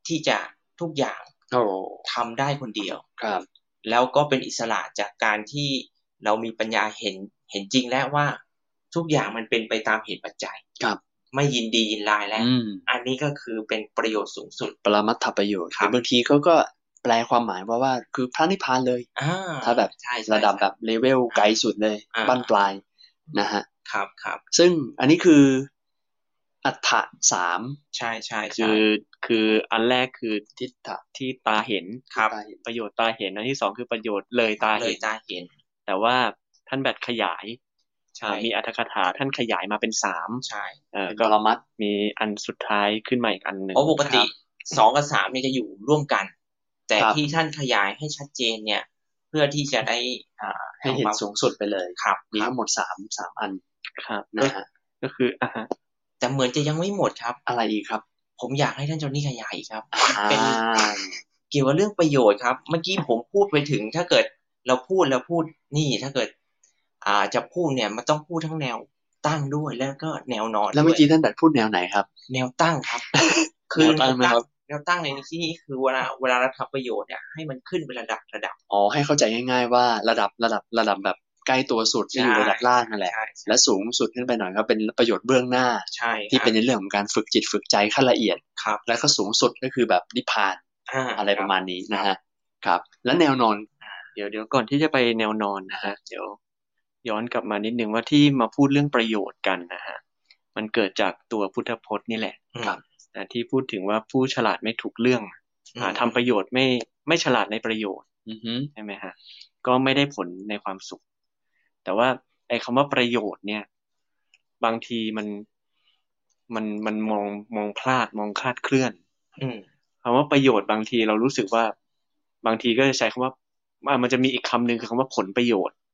ที่จะทุกอย่างโอ้ทำได้คนเดียวครับแล้วก็เป็นอิสระจากการที่เรามีปัญญาเห็นเห็นจริงแล้วว่าทุกอย่างมันเป็นไปตามเหตุปัจจัยครับไม่ยินดียินร้ายแล้วอันนี้ก็คือเป็นประโยชน์สูงสุดปรมัตถประโยชน์หรือบางทีเขาก็แปลความหมายว่าว่าคือพระนิพพานเลยถ้าแบบระดับแบบเลเวลไกลสุดเลยบั้นปลายนะฮะครับครับซึ่งอันนี้คืออัฏฐะสามใช่ใช่คือคืออันแรกคือทิฏฐะที่ตาเห็นครับประโยชน์ตาเห็นอันที่สองคือประโยชน์เลยตาเห็นตาเห็นแต่ว่าท่านแบทขยายมีอรรถกถาท่านขยายมาเป็นสามใช่เออก็มีอันสุดท้ายขึ้นมาอีกอันหนึ่งเพราะปกติสองกับสามเนี่ยจะอยู่ร่วมกันแต่ที่ท่านขยายให้ชัดเจนเนี่ยเพื่อที่จะได้อ่าให้เห็นสูงสุดไปเลยครับมีทั้งหมดสาม สามอันครับนะฮะก็คืออ่ะฮะแต่เหมือนจะยังไม่หมดครับอะไรอีกครับผมอยากให้ท่านจอนนี่ขยายอีกครับเป็นเกี่ยวกับเรื่องประโยชน์ครับเมื่อกี้ผมพูดไปถึงถ้าเกิดเราพูดแล้วพูดนี่ถ้าเกิดอ่าจะพูดเนี่ยมันต้องพูดทั้งแนวตั้งด้วยแล้วก็แนวนอนแล้วเมื่อกี้ท่านแบบพูดแนวไหนครับแนวตั้งครับคือแนวตั้งนะครับแนวตั้งในที่นี้คือเวลาเวลาเราทำประโยชน์เนี่ยให้มันขึ้นเป็นระดับระดับอ๋อให้เข้าใจง่ายๆว่าระดับระดับระดับแบบใกล้ตัวสุดที่อยู่ระดับล่างนั่นแหละและสูงสุดขึ้นไปหน่อยก็เป็นประโยชน์เบื้องหน้าที่เป็นในเรื่องของการฝึกจิตฝึกใจขั้นละเอียดแล้วก็สูงสุดก็คือแบบนิพพานอะไรประมาณนี้นะฮะครับแล้วแนวนอนเดี๋ยวเดี๋ยวก่อนที่จะไปแนวนอนนะฮะเดี๋ยวย้อนกลับมานิดนึงว่าที่มาพูดเรื่องประโยชน์กันนะฮะมันเกิดจากตัวพุทธพจน์นี่แหละครับที่พูดถึงว่าผู้ฉลาดไม่ถูกเรื่องทำประโยชน์ไม่ไม่ฉลาดในประโยชน์ใช่ไหมฮะก็ไม่ได้ผลในความสุขแต่ว่าไอ้คำว่าประโยชน์เนี่ยบางทีมันมันมันมองมองพลาดมองคลาดเคลื่อนคำว่าประโยชน์บางทีเรารู้สึกว่าบางทีก็จะใช้คำว่ามันจะมีอีกคำหนึ่งคือคำว่าผลประโยชน์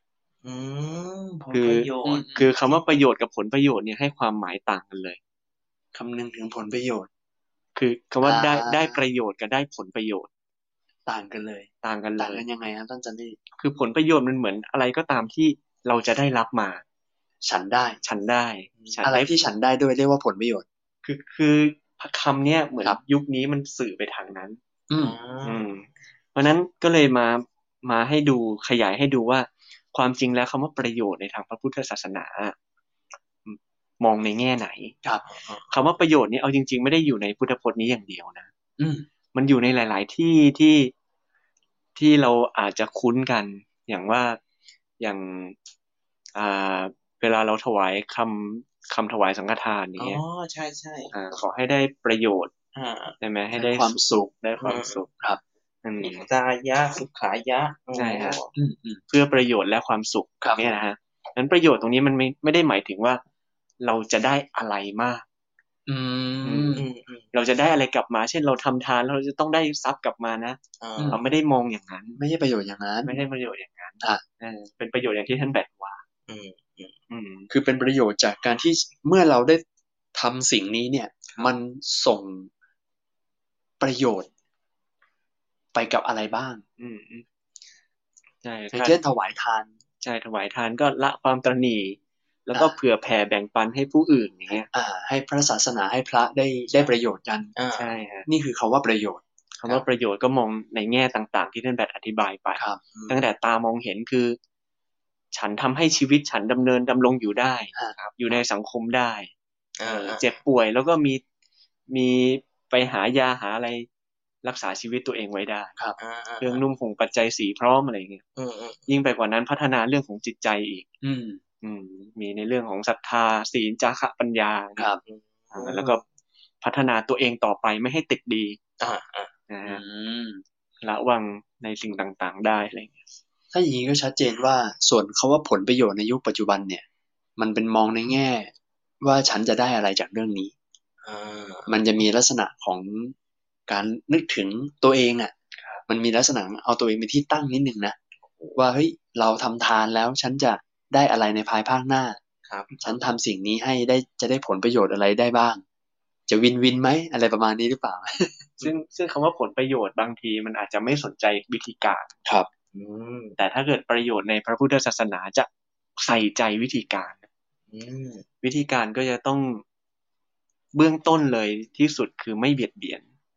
คือคือคำว่าประโยชน์กับผลประโยชน์เนี่ยให้ความหมายต่างกันเลยคำนึงถึงผลประโยชน์คือคำว่าได้ได้ประโยชน์กับได้ผลประโยชน์ต่างกันเลยต่างกันเลยต่างกันยังไงครับท่านจันนี่คือผลประโยชน์มันเหมือนอะไรก็ตามที่เราจะได้รับมาฉันได้ฉันได้อะไรที่ฉันได้ด้วยเรียกว่าผลประโยชน์คือคือคำเนี้ยเหมือนยุคนี้มันสื่อไปทางนั้นอืมอืมเพราะนั้นก็เลยมามาให้ดูขยายให้ดูว่าความจริงแล้วคำว่าประโยชน์ในทางพระพุทธศาสนามองในแง่ไหนครับคำว่าประโยชน์นี้เอาจริงๆไม่ได้อยู่ในพุทธพจน์นี้อย่างเดียวนะอืมมันอยู่ในหลายๆที่ที่ที่เราอาจจะคุ้นกันอย่างว่าอย่างอ่าเวลาเราถวายคำคำถวายสังฆทานนี้อ๋อใช่ใช่อ่าขอให้ได้ประโยชน์ใช่ไหมให้ได้ความสุขได้ความสุขครับอิตายะสุขายะใช่ฮะเพื่อประโยชน์และความสุขเนี่ยนะฮะนั้นประโยชน์ตรงนี้มันไม่ไม่ได้หมายถึงว่าเราจะได้อะไรมากอืมเราจะได้อะไรกลับมาเช่นเราทำทานเราจะต้องได้ทรัพย์กลับมานะเราไม่ได้มองอย่างนั้นไม่ใช่ประโยชน์อย่างนั้นไม่ใช่ประโยชน์อย่างนั้นเป็นประโยชน์อย่างที่ท่านแบกว่าคือเป็นประโยชน์จากการที่เมื่อเราได้ทำสิ่งนี้เนี่ยมันส่งประโยชน์ไปกับอะไรบ้างอืมใช่อย่างเช่นถวายทานใช่ถวายทานก็ละความตระหนี่แล้วก็เผื่อแผ่แบ่งปันให้ผู้อื่นอย่างเงี้ยอ่าให้พระศาสนาให้พระได้ได้ประโยชน์กันใช่ฮะนี่คือคำว่าประโยชน์คำว่าประโยชน์ก็มองในแง่ต่างๆที่ท่านแบบอธิบายไปตั้งแต่ตามองเห็นคือฉันทำให้ชีวิตฉันดำเนินดำรงอยู่ได้อยู่ในสังคมได้เจ็บป่วยแล้วก็มีมีไปหายาหาอะไรรักษาชีวิตตัวเองไว้ได้เครื่องนุ่งห่มปัจจัยสีพร้อมอะไรอย่างเงี้ยยิ่งไปกว่านั้นพัฒนาเรื่องของจิตใจอีกอืมมีในเรื่องของศรัทธาศีลจาคะปัญญาครับแล้วก็พัฒนาตัวเองต่อไปไม่ให้ติดดีนะฮะละวังในสิ่งต่างๆได้อะไรอย่างเงี้ยถ้าอย่างนี้ก็ชัดเจนว่าส่วนคำว่าผลประโยชน์ในยุคปัจจุบันเนี่ยมันเป็นมองในแง่ว่าฉันจะได้อะไรจากเรื่องนี้มันจะมีลักษณะของการนึกถึงตัวเองอ่ะมันมีลักษณะเอาตัวเองเป็นที่ตั้งนิดนึงนะว่าเฮ้ยเราทำทานแล้วฉันจะได้อะไรในภายภาคหน้าฉันทำสิ่งนี้ให้ได้จะได้ผลประโยชน์อะไรได้บ้างจะวินวินไหมอะไรประมาณนี้หรือเปล่าซึ่งซึ่งคำว่าผลประโยชน์บางทีมันอาจจะไม่สนใจวิธีการครับแต่ถ้าเกิดประโยชน์ในพระพุทธศาสนาจะใส่ใจวิธีการวิธีการก็จะต้องเบื้องต้นเลยที่สุดคือไม่เบียดเบียน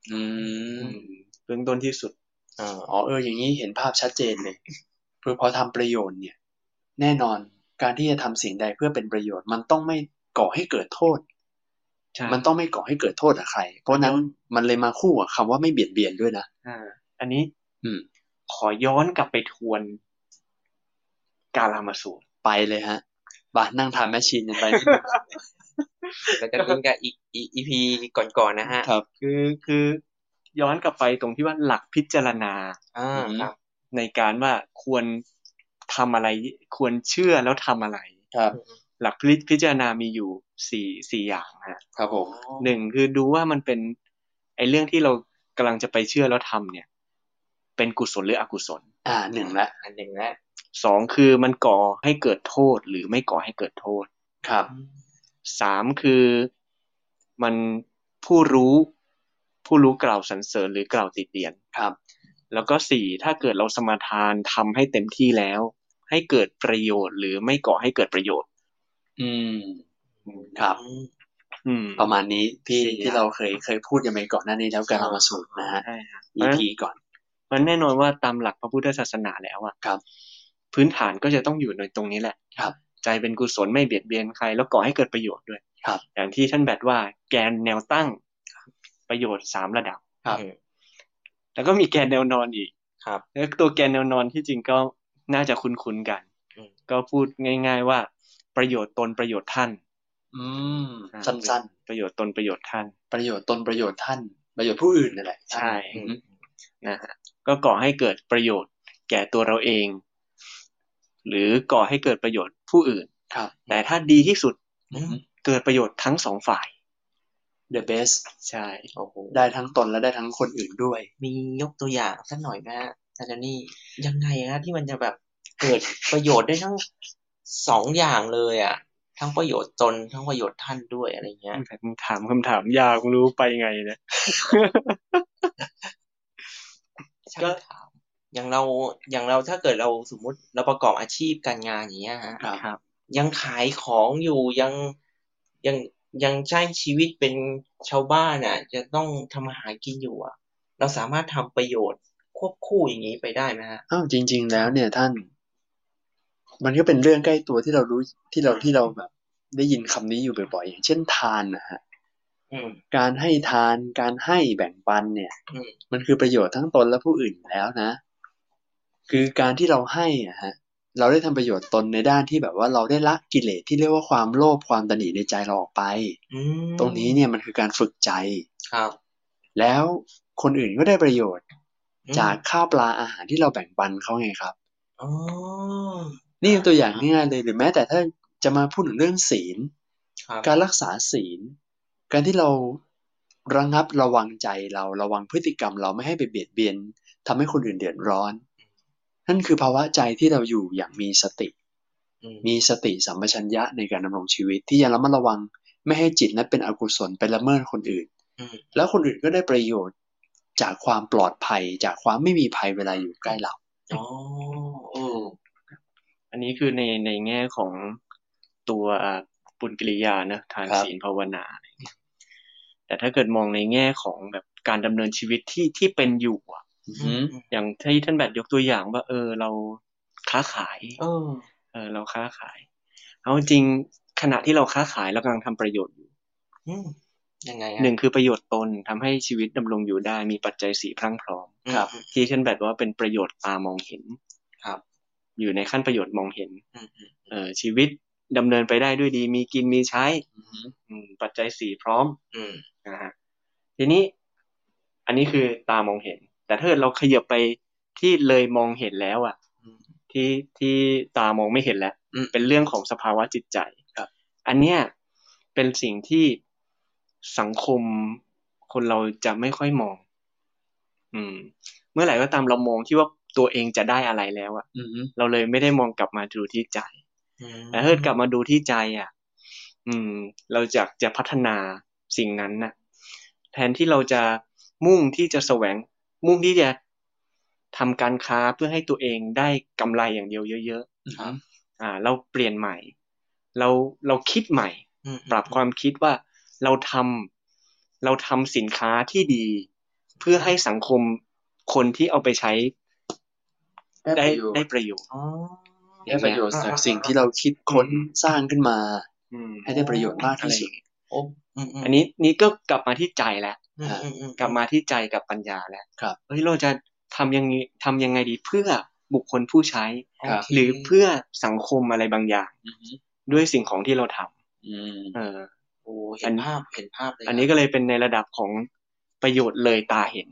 อืมเบื้องต้นที่สุดอ๋อเอออย่างนี้เห็นภาพชัดเจนเลยเพื่อพอทำประโยชน์เนี่ยแน่นอนการที่จะทำสิ่งใดเพื่อเป็นประโยชน์มันต้องไม่ก่อให้เกิดโทษมันต้องไม่ก่อให้เกิดโทษกับใครเพราะนั้นมันเลยมาคู่กับคำว่าไม่เบียดเบียนด้วยนะอ่าอันนี้อืมขอย้อนกลับไปทวนกาลามาสูตรไปเลยฮะบานั่งทำแมชชีนกันไปเราจะลิงก์กับอีกอีพีก่อนๆนะฮะครับคือคือย้อนกลับไปตรงที่ว่าหลักพิจารณาอ่าครับในการว่าควรทำอะไรควรเชื่อแล้วทำอะไรครับหลักพิจารณามีอยู่สี่สี่อย่างฮะครับผมหนึ่งคือดูว่ามันเป็นไอ้เรื่องที่เรากำลังจะไปเชื่อแล้วทำเนี่ยเป็นกุศลหรืออกุศลอ่าหนึ่งละอันหนึ่งละสองคือมันก่อให้เกิดโทษหรือไม่ก่อให้เกิดโทษครับสามคือมันผู้รู้ผู้รู้กล่าวสรรเสริญหรือกล่าวติเตียนครับแล้วก็สี่ถ้าเกิดเราสมาทานทำให้เต็มที่แล้วให้เกิดประโยชน์หรือไม่ก่อให้เกิดประโยชน์อืมครับอืมประมาณนี้ที่ที่เราเคยเคยพูดกันไปก่อนหน้านี้แล้วการมาสูตรนะฮะ อี พี ก่อนมันแน่นอนว่าตามหลักพระพุทธศาสนาแล้วอ่ะครับพื้นฐานก็จะต้องอยู่ในตรงนี้แหละครับใจเป็นกุศลไม่เบียดเบียนใครแล้วก่อให้เกิดประโยชน์ด้วยครับอย่างที่ท่านแบทว่าแกนแนวตั้งประโยชน์สามระดับครับแล้วก็มีแกนแนวนอนอีกครับแล้วตัวแกนแนวนอนที่จริงก็น่าจะคุ้นๆกันก็พูดง่ายๆว่าประโยชน์ตนประโยชน์ท่านอืมสั้นๆประโยชน์ตนประโยชน์ท่านประโยชน์ตนประโยชน์ท่านประโยชน์ผู้อื่นนั่นแหละใช่นะฮะก็ก่อให้เกิดประโยชน์แก่ตัวเราเองหรือก่อให้เกิดประโยชน์ผู้อื่นครับแต่ถ้าดีที่สุดเกิดประโยชน์ทั้งสองฝ่าย the best ใช่โอ้โหได้ทั้งตนและได้ทั้งคนอื่นด้วยมียกตัวอย่างสักหน่อยไหมฮะอาจารย์นี่ยังไงฮะที่มันจะแบบเกิดประโยชน์ได้ทั้งสองอย่างเลยอ่ะทั้งประโยชน์ตนทั้งประโยชน์ท่านด้วยอะไรเงี้ยถามคำถามยากไม่รู้ไปไงเนี่ยก็อย่างเราอย่างเราถ้าเกิดเราสมมุติเราประกอบอาชีพการงานอย่างเงี้ยฮะครับยังขายของอยู่ยังยังยังใช้ชีวิตเป็นชาวบ้านอ่ะจะต้องทำอาหารกินอยู่อ่ะเราสามารถทำประโยชน์ควบคู่อย่างนี้ไปได้ไหมฮะอ้าวจริงๆแล้วเนี่ยท่านมันก็เป็นเรื่องใกล้ตัวที่เรารู้ที่เราที่เราแบบได้ยินคำนี้อยู่บ่อยๆอย่างเช่นทานนะฮะการให้ทานการให้แบ่งปันเนี่ยมันคือประโยชน์ทั้งตนและผู้อื่นแล้วนะคือการที่เราให้อ่ะฮะเราได้ทำประโยชน์ตนในด้านที่แบบว่าเราได้ละกิเลสที่เรียกว่าความโลภความตณีในใจเราออกไปตรงนี้เนี่ยมันคือการฝึกใจครับแล้วคนอื่นก็ได้ประโยชน์จากข้าวปลาอาหารที่เราแบ่งปันเขาไงครับอ๋อนี่เป็นตัวอย่างง่ายๆเลยหรือแม้แต่ถ้าจะมาพูดถึงเรื่องศีลการรักษาศีลการที่เราระงับระวังใจเราระวังพฤติกรรมเราไม่ให้ไปเบียดเบียนทำให้คนอื่นเดือดร้อนนั่นคือภาวะใจที่เราอยู่อย่างมีสติมีสติสัมปชัญญะในการดำรงชีวิตที่ยังระมัดระวังไม่ให้จิตนั้นเป็นอกุศลไปละเมิดคนอื่นแล้วคนอื่นก็ได้ประโยชน์จากความปลอดภัยจากความไม่มีภัยเวลาอยู่ใกล้เราอ๋อเอออันนี้คือในในแง่ของตัวปุญกิริยานะทานศีลภาวนาแต่ถ้าเกิดมองในแง่ของแบบการดำเนินชีวิตที่ที่เป็นอยู่อ่ะอย่างที่ท่านแบบยกตัวอย่างว่าเออเราค้าขายเออเออเราค้าขายเอาจริงขณะที่เราค้าขายเรากำลังทำประโยชน์อยู่ยังไงหนึ่งคือประโยชน์ตนทำให้ชีวิตดำรงอยู่ได้มีปัจจัยสี่พรั่งพร้อมครับที่ท่านแบบว่าเป็นประโยชน์ตามองเห็นครับอยู่ในขั้นประโยชน์มองเห็นเออชีวิตดำเนินไปได้ด้วยดีมีกินมีใช้ปัจจัยสี่พร้อมนะฮะทีนี้อันนี้คือตามองเห็นแต่ถ้าเราขยับไปที่เลยมองเห็นแล้วอ่ะที่ที่ตามองไม่เห็นแล้วเป็นเรื่องของสภาวะจิตใจครับอันเนี้ยเป็นสิ่งที่สังคมคนเราจะไม่ค่อยมองอืมเมื่อไหร่ก็ตามเรามองที่ว่าตัวเองจะได้อะไรแล้วอ่ะเราเลยไม่ได้มองกลับมาดูที่ใจแต่ถ้ากลับมาดูที่ใจอ่ะอืมเราจะจะพัฒนาสิ่งนั้นน่ะแทนที่เราจะมุ่งที่จะแสวงมุ่งที่จะทำการค้าเพื่อให้ตัวเองได้กำไรอย่างเดียวเยอะๆอ่าเราเปลี่ยนใหม่เราเราคิดใหม่ปรับความคิดว่าเราทำเราทำสินค้าที่ดีพื่อให้สังคมคนที่เอาไปใช้ได้ได้ประโยชน์ได้ประโยชน์จากสิ่งที่เราคิดค้นสร้างขึ้นมาให้ได้ประโยชน์มากที่สุดอันนี้นี่ก็กลับมาที่ใจแล้วกลับมาที่ใจกับปัญญาแล้วเฮ้ยเราจะทำยังไงทำยังไงดีเพื่อบุคคลผู้ใช้หรือเพื่อสังคมอะไรบางอย่างด้วยสิ่งของที่เราทำเออโอ้เห็นภาพเห็นภาพเลยอันนี้ก็เลยเป็นในระดับของประโยชน์เลยตาเห็น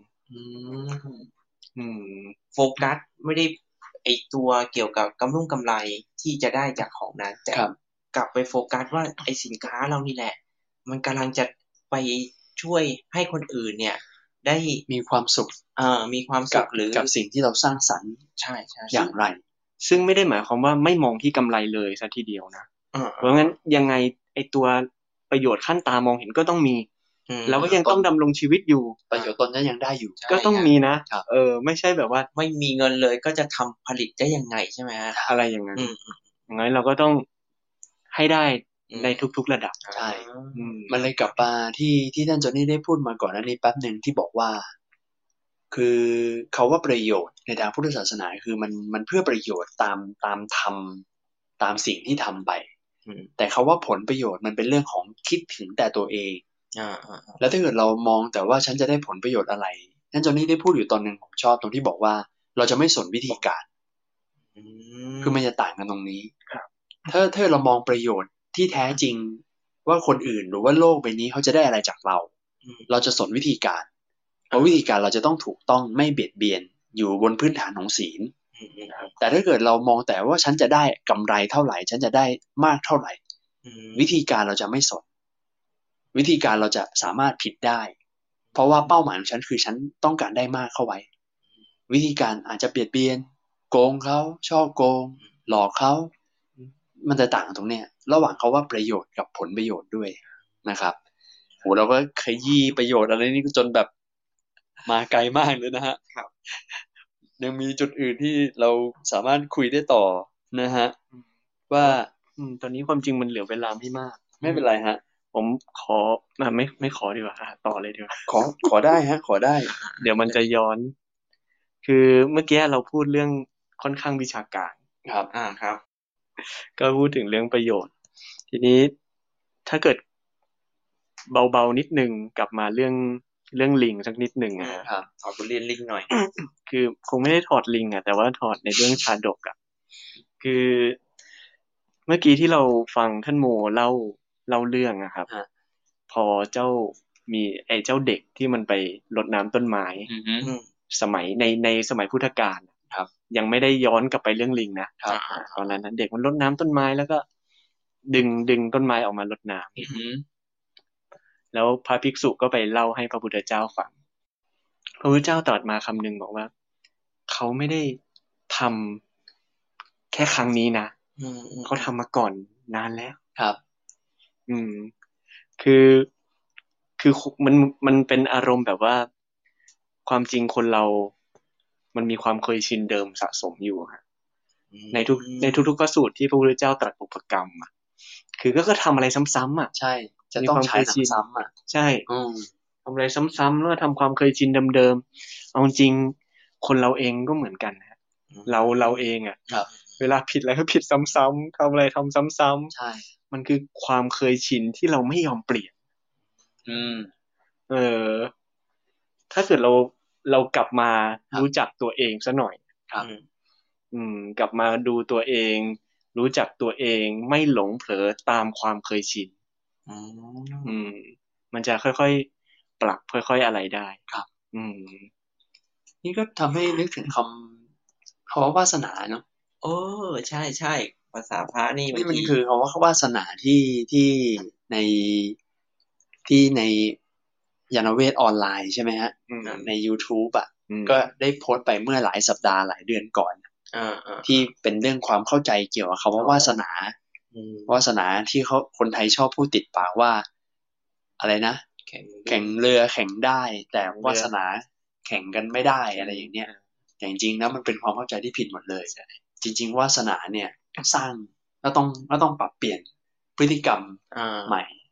โฟกัสไม่ได้ไอตัวเกี่ยวกับกำลุ่งกำไรที่จะได้จากของนั้นแต่กลับไปโฟกัสว่าไอสินค้าเรานี่แหละมันกำลังจะไปช่วยให้คนอื่นเนี่ยได้มีความสุขเอ่อมีความสุขหรือกับสิ่งที่เราสร้างสรรค์ใช่ใช่อย่างไรซึ่งไม่ได้หมายความว่าไม่มองที่กำไรเลยซะทีเดียวนะเพราะงั้นยังไงไอตัวประโยชน์ขั้นตามองเห็นก็ต้องมีเราก็ยังต้องดำรงชีวิตอยู่ประโยชน์ตนนั้นยังได้อยู่ก็ต้องมีนะเออไม่ใช่แบบว่าไม่มีเงินเลยก็จะทำผลิตได้ยังไงใช่ไหมฮะอะไรอย่างนั้นอย่างนั้นเราก็ต้องให้ได้ในทุกๆระดับใช่มันเลยกลับมาที่ที่ท่านจอนนี่ได้พูดมาก่อนหน้านี้แป๊บนึงที่บอกว่าคือเขาว่าประโยชน์ในทางพุทธศาสนาคือมันมันเพื่อประโยชน์ตามตามธรรมตามสิ่งที่ทำไปแต่เขาว่าผลประโยชน์มันเป็นเรื่องของคิดถึงแต่ตัวเองแล้วถ้าเกิดเรามองแต่ว่าฉันจะได้ผลประโยชน์อะไรท่านจอนนี่ได้พูดอยู่ตอนนึงผมชอบตรงที่บอกว่าเราจะไม่สนวิธีการคือมันจะต่างกันตรงนี้ถ้าถ้าเรามองประโยชน์ที่แท้จริงว่าคนอื่นหรือว่าโลกใบนี้เขาจะได้อะไรจากเราเราจะสนวิธีการเพราะวิธีการเราจะต้องถูกต้องไม่เบียดเบียนอยู่บนพื้นฐานของศีลแต่ถ้าเกิดเรามองแต่ว่าฉันจะได้กำไรเท่าไหร่ฉันจะได้มากเท่าไหร่วิธีการเราจะไม่สนวิธีการเราจะสามารถผิดได้เพราะว่าเป้าหมายของฉันคือฉันต้องการได้มากเข้าไว้วิธีการอาจจะเบียดเบียนโกงเขาช่อโกงหลอกเขามันจะต่างตรงเนี้ยระหว่างเขาว่าประโยชน์กับผลประโยชน์ด้วยนะครับโหเราก็ขยี้ประโยชน์อะไรนี่จนแบบมาไกลมากเลยนะฮะครับยังมีจุดอื่นที่เราสามารถคุยได้ต่อนะฮะว่าตอนนี้ความจริงมันเหลือเวลาไม่มากไม่เป็นไรฮะผมขอไม่ไม่ขอดีกว่าต่อเลยดีกว่าขอขอได้ฮะขอได้เดี๋ยวมันจะย้อนคือเมื่อกี้เราพูดเรื่องค่อนข้างวิชาการครับอ่าครับก็พูดถึงเรื่องประโยชน์ทีนี้ถ้าเกิดเบาๆนิดนึงกลับมาเรื่องเรื่องลิงสักนิดนึงอ่ะครับขอเรียนลิงหน่อยคือคงไม่ได้ถอดลิงอ่ะแต่ว่าถอดในเรื่องชาดกอ่ะคือเมื่อกี้ที่เราฟังท่านโมเล่าเล่าเรื่องอะครับพอเจ้ามีไอ้เจ้าเด็กที่มันไปรดน้ำต้นไม้สมัยในในสมัยพุทธกาลครับยังไม่ได้ย้อนกลับไปเรื่องลิงนะตอนนั้นเด็กมันรดน้ำต้นไม้แล้วก็ดึงดึงต้นไม้ออกมารดน้ำแล้วพระภิกษุก็ไปเล่าให้พระพุทธเจ้าฟังพระพุทธเจ้าตรัสมาคำหนึ่งบอกว่าเขาไม่ได้ทำแค่ครั้งนี้นะเขาทำมาก่อนนานแล้วครับอืมคือคือมันมันเป็นอารมณ์แบบว่าความจริงคนเรามันมีความเคยชินเดิมสะสมอยู่ฮะในทุกในทุกๆพระสูตรที่พระพุทธเจ้าตรัสบุพกรรมอ่ะคือก็ก็ทำอะไรซ้ำๆอ่ะใช่จะต้องใช้ซ้ำๆอ่ะใช่ทำอะไรซ้ำๆแล้วทำความเคยชินเดิมๆเอาจริงคนเราเองก็เหมือนกันฮะเราเราเองอ่ะเวลาผิดอะไรก็ผิดซ้ำๆทำอะไรทำซ้ำๆใช่มันคือความเคยชินที่เราไม่ยอมเปลี่ยนอืมเออถ้าเกิดเราเรากลับมารู้จักตัวเองซะหน่อยครับอืมกลับมาดูตัวเองรู้จักตัวเองไม่หลงเผลอตามความเคยชินอืมอืมมันจะค่อยๆปรับค่อยๆอะไรได้ครับอืมนี่ก็ทำให้นึกถึงคำคำว่าวาสนาเนาะโอ้ใช่ใช่ภาษาพระนี่นี่มันคือคำว่า วาสนาที่ที่ในที่ในยานเวทออนไลน์ใช่ไหมฮะใน YouTube อ่ะก็ได้โพสต์ไปเมื่อหลายสัปดาห์หลายเดือนก่อนที่เป็นเรื่องความเข้าใจเกี่ยวกับคำว่าวาสนาวาสนาที่เขาคนไทยชอบพูดติดปากว่าอะไรนะแข่งแข่งเรือแข่งได้แต่วาสนาแข่งกันไม่ได้อะไรอย่างเนี้ยแต่จริงๆแล้วมันเป็นความเข้าใจที่ผิดหมดเลยจริงๆวาสนาเนี่ยสร้างแล้วต้องแล้วต้องปรับเปลี่ยนพฤติกรรมใหม่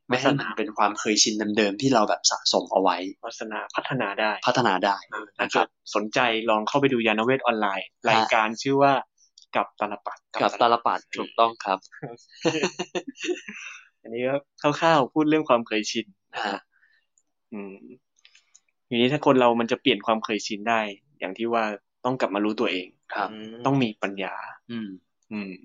ไม่ให้มันเป็นความเคยชินเดิมๆที่เราแบบสะสมเอาไว้พัฒนาพัฒนาได้พัฒนาได้ถ้าเกิดสนใจลองเข้าไปดูยานเวทออนไลน์รายการชื่อว่ากับตาลปัดกับตาลปัดถูกต้องครับอันนี้ก็คร่าวๆพูดเรื่องความเคยชินนะอืมทีนี้ถ้าคนเรามันจะเปลี่ยนความเคยชินได้อย่างที่ว่าต้องกลับมารู้ตัวเองครับต้องมีปัญญาอืมอืม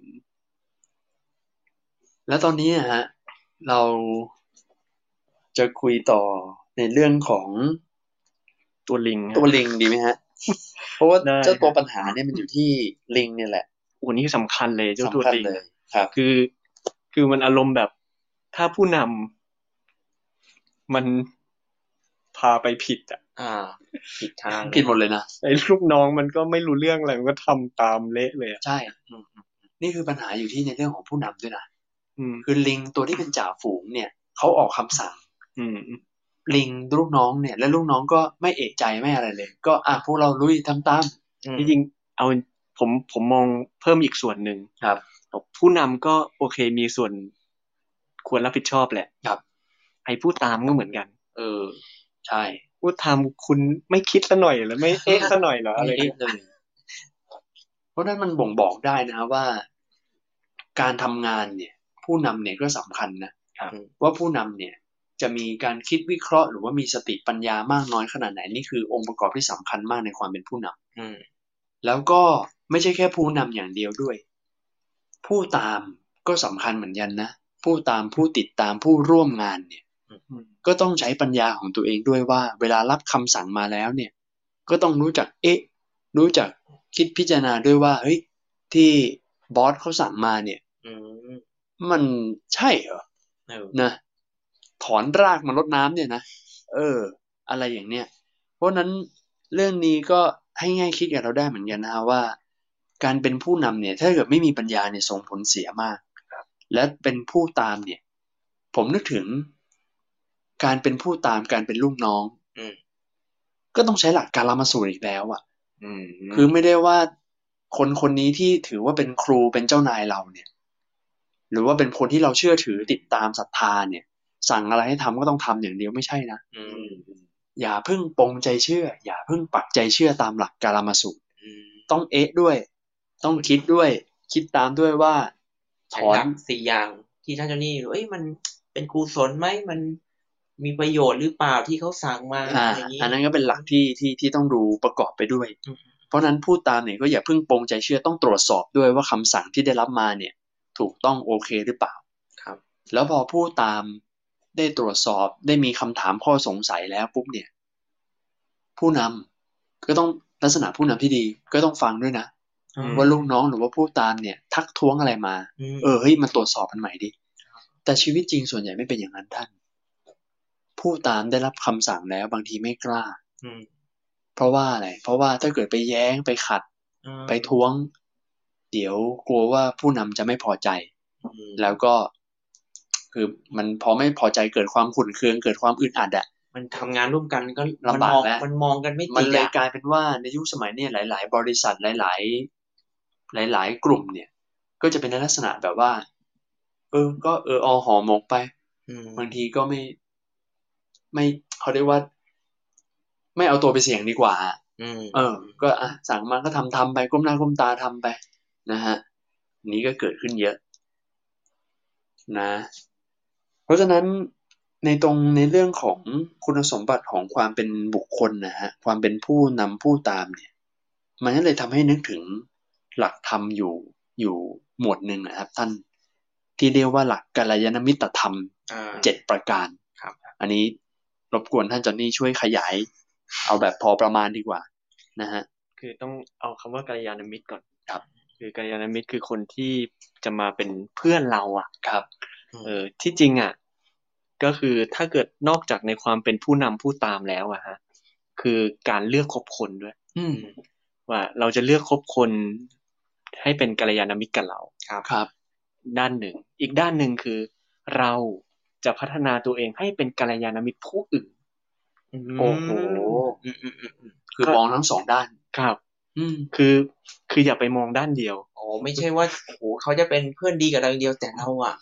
แล้วตอนนี้ฮะเราจะคุยต่อในเรื่องของตัวลิงตัวลิงดีไหมฮะ เพราะว่าเจ้าตัวปัญหาเนี่ยมันอยู่ที่ลิงเนี่ยแหละโอ้นี่สำคัญเลยเจ้าตัวลิงครับคือคือมันอารมณ์แบบถ้าผู้นำมันพาไปผิดอ่ะอ่าผิดทางผิดหมดเลยนะไอ้ลูกน้องมันก็ไม่รู้เรื่องอะไรมันก็ทำตามเละเลยใช่นี่คือปัญหาอยู่ที่ในเรื่องของผู้นำด้วยนะอืมคือลิงตัวที่เป็นจ่าฝูงเนี่ยเขาออกคำสั่งอืมลิงลูกน้องเนี่ยและลูกน้องก็ไม่เอะใจไม่อะไรเลยก็อ่ะพวกเราลุยทำตามจริงๆเอาผมผมมองเพิ่มอีกส่วนหนึ่งครับผู้นำก็โอเคมีส่วนควรรับผิดชอบแหละครับไอ้ผู้ตามก็เหมือนกันเออใช่ผู้ทำคุณไม่คิดซะหน่อยหรือไม่เอ๊ะซะหน่อยเหรออะไรเลยเพราะนั้นมันบ่งบอกได้นะว่าการทำงานเนี่ยผู้นำเนี่ยก็สำคัญนะว่าผู้นำเนี่ยจะมีการคิดวิเคราะห์หรือว่ามีสติปัญญามากน้อยขนาดไหนนี่คือองค์ประกอบที่สำคัญมากในความเป็นผู้นำแล้วก็ไม่ใช่แค่ผู้นำอย่างเดียวด้วยผู้ตามก็สำคัญเหมือนกันนะผู้ตามผู้ติดตามผู้ร่วมงานเนี่ยก็ต้องใช้ปัญญาของตัวเองด้วยว่าเวลารับคำสั่งมาแล้วเนี่ยก็ต้องรู้จักเอ๊ะรู้จักคิดพิจารณาด้วยว่าเฮ้ยที่บอสเขาสั่งมาเนี่ยมันใช่เหรอนะถอนรากมารดน้ำเนี่ยนะเอออะไรอย่างเนี้ยเพราะนั้นเรื่องนี้ก็ให้ง่ายคิดกับเราได้เหมือนกันนะว่าการเป็นผู้นำเนี่ยถ้าเกิดไม่มีปัญญาเนี่ยส่งผลเสียมากและเป็นผู้ตามเนี่ยผมนึกถึงการเป็นผู้ตามการเป็นลูกน้องก็ต้องใช้หลักการมาสูตรอีกแล้วอ่ะคือไม่ได้ว่าคนคนนี้ที่ถือว่าเป็นครูเป็นเจ้านายเราเนี่ยหรือว่าเป็นคนที่เราเชื่อถือติดตามศรัทธาเนี่ยสั่งอะไรให้ทำก็ต้องทำอย่างเดียวไม่ใช่นะอย่าเพิ่งปรงใจเชื่ออย่าเพิ่งปักใจเชื่อตามหลักกาลมาสูตรต้องเอ๊ะด้วยต้องคิดด้วยคิดตามด้วยว่าถอนสี่อย่างที่ท่านเจ้านี่เอ้ยมันเป็นกุศลไหมมันมีประโยชน์หรือเปล่าที่เขาสั่งมาอย่างนี้อันนั้นก็เป็นหลักที่ที่ที่ต้องดูประกอบไปด้วยเพราะนั้นผู้ตามเนี่ยก็อย่าเพิ่งปรงใจเชื่อต้องตรวจสอบด้วยว่าคำสั่งที่ได้รับมาเนี่ยถูกต้องโอเคหรือเปล่าครับแล้วพอผู้ตามได้ตรวจสอบได้มีคำถามข้อสงสัยแล้วปุ๊บเนี่ยผู้นำก็ต้องลักษณะผู้นำที่ดีก็ต้องฟังด้วยนะว่าลูกน้องหรือว่าผู้ตามเนี่ยทักท้วงอะไรมาเออเฮ้ยมาตรวจสอบมันใหม่ดิแต่ชีวิตจริงส่วนใหญ่ไม่เป็นอย่างนั้นท่านผู้ตามได้รับคำสั่งแล้วบางทีไม่กล้าเพราะว่าอะไรเพราะว่าถ้าเกิดไปแย้งไปขัดไปท้วงเดี๋ยวกลัวว่าผู้นำจะไม่พอใจแล้วก็คือมันพอไม่พอใจเกิดความขุ่นเคืองเกิดความอึดอัดอ่ะมันทำงานร่วมกันก็ลำบากแล้วมันมองกันไม่ติดมันเลยกลายเป็นว่าในยุคสมัยนี้หลายๆบริษัทหลายๆหลายๆกลุ่มเนี่ยก็จะเป็นในลักษณะแบบว่าเออก็เออเอาห่อหมกไปบางทีก็ไม่ไม่เขาเรียกว่าไม่เอาตัวไปเสี่ยงดีกว่าเออก็อ่ะสั่งมาก็ทำทำไปก้มหน้าก้มตาทำไปนะฮะนี้ก็เกิดขึ้นเยอะนะเพราะฉะนั้นในตรงในเรื่องของคุณสมบัติของความเป็นบุคคลนะฮะความเป็นผู้นำผู้ตามเนี่ยมันก็เลยทำให้นึกถึงหลักธรรมอยู่อยู่หมวดหนึ่งนะครับท่านที่เรียกว่าหลักกัลยาณมิตรธรรมเจ็ดประการครับอันนี้รบกวนท่านจอนนี่ช่วยขยายเอาแบบพอประมาณดีกว่านะฮะคือต้องเอาคำว่ากัลยาณมิตรก่อนครับคือกัลยาณมิตรคือคนที่จะมาเป็นเพื่อนเราอ่ะครับเออที่จริงอ่ะก็คือถ้าเกิดนอกจากในความเป็นผู้นำผู้ตามแล้วอะฮะคือการเลือกคบคนด้วยว่าเราจะเลือกคบคนให้เป็นกัลยาณมิตรกับเราครับครับด้านหนึ่งอีกด้านหนึ่งคือเราจะพัฒนาตัวเองให้เป็นกัลยาณมิตรผู้อื่นโอ้โหคือมองทั้งสองด้านครับคือคืออย่าไปมองด้านเดียวอ๋อไม่ใช่ว่าโอ้โหเขาจะเป็นเพื่อนดีกับเราเดียวแต่เราอ่ะ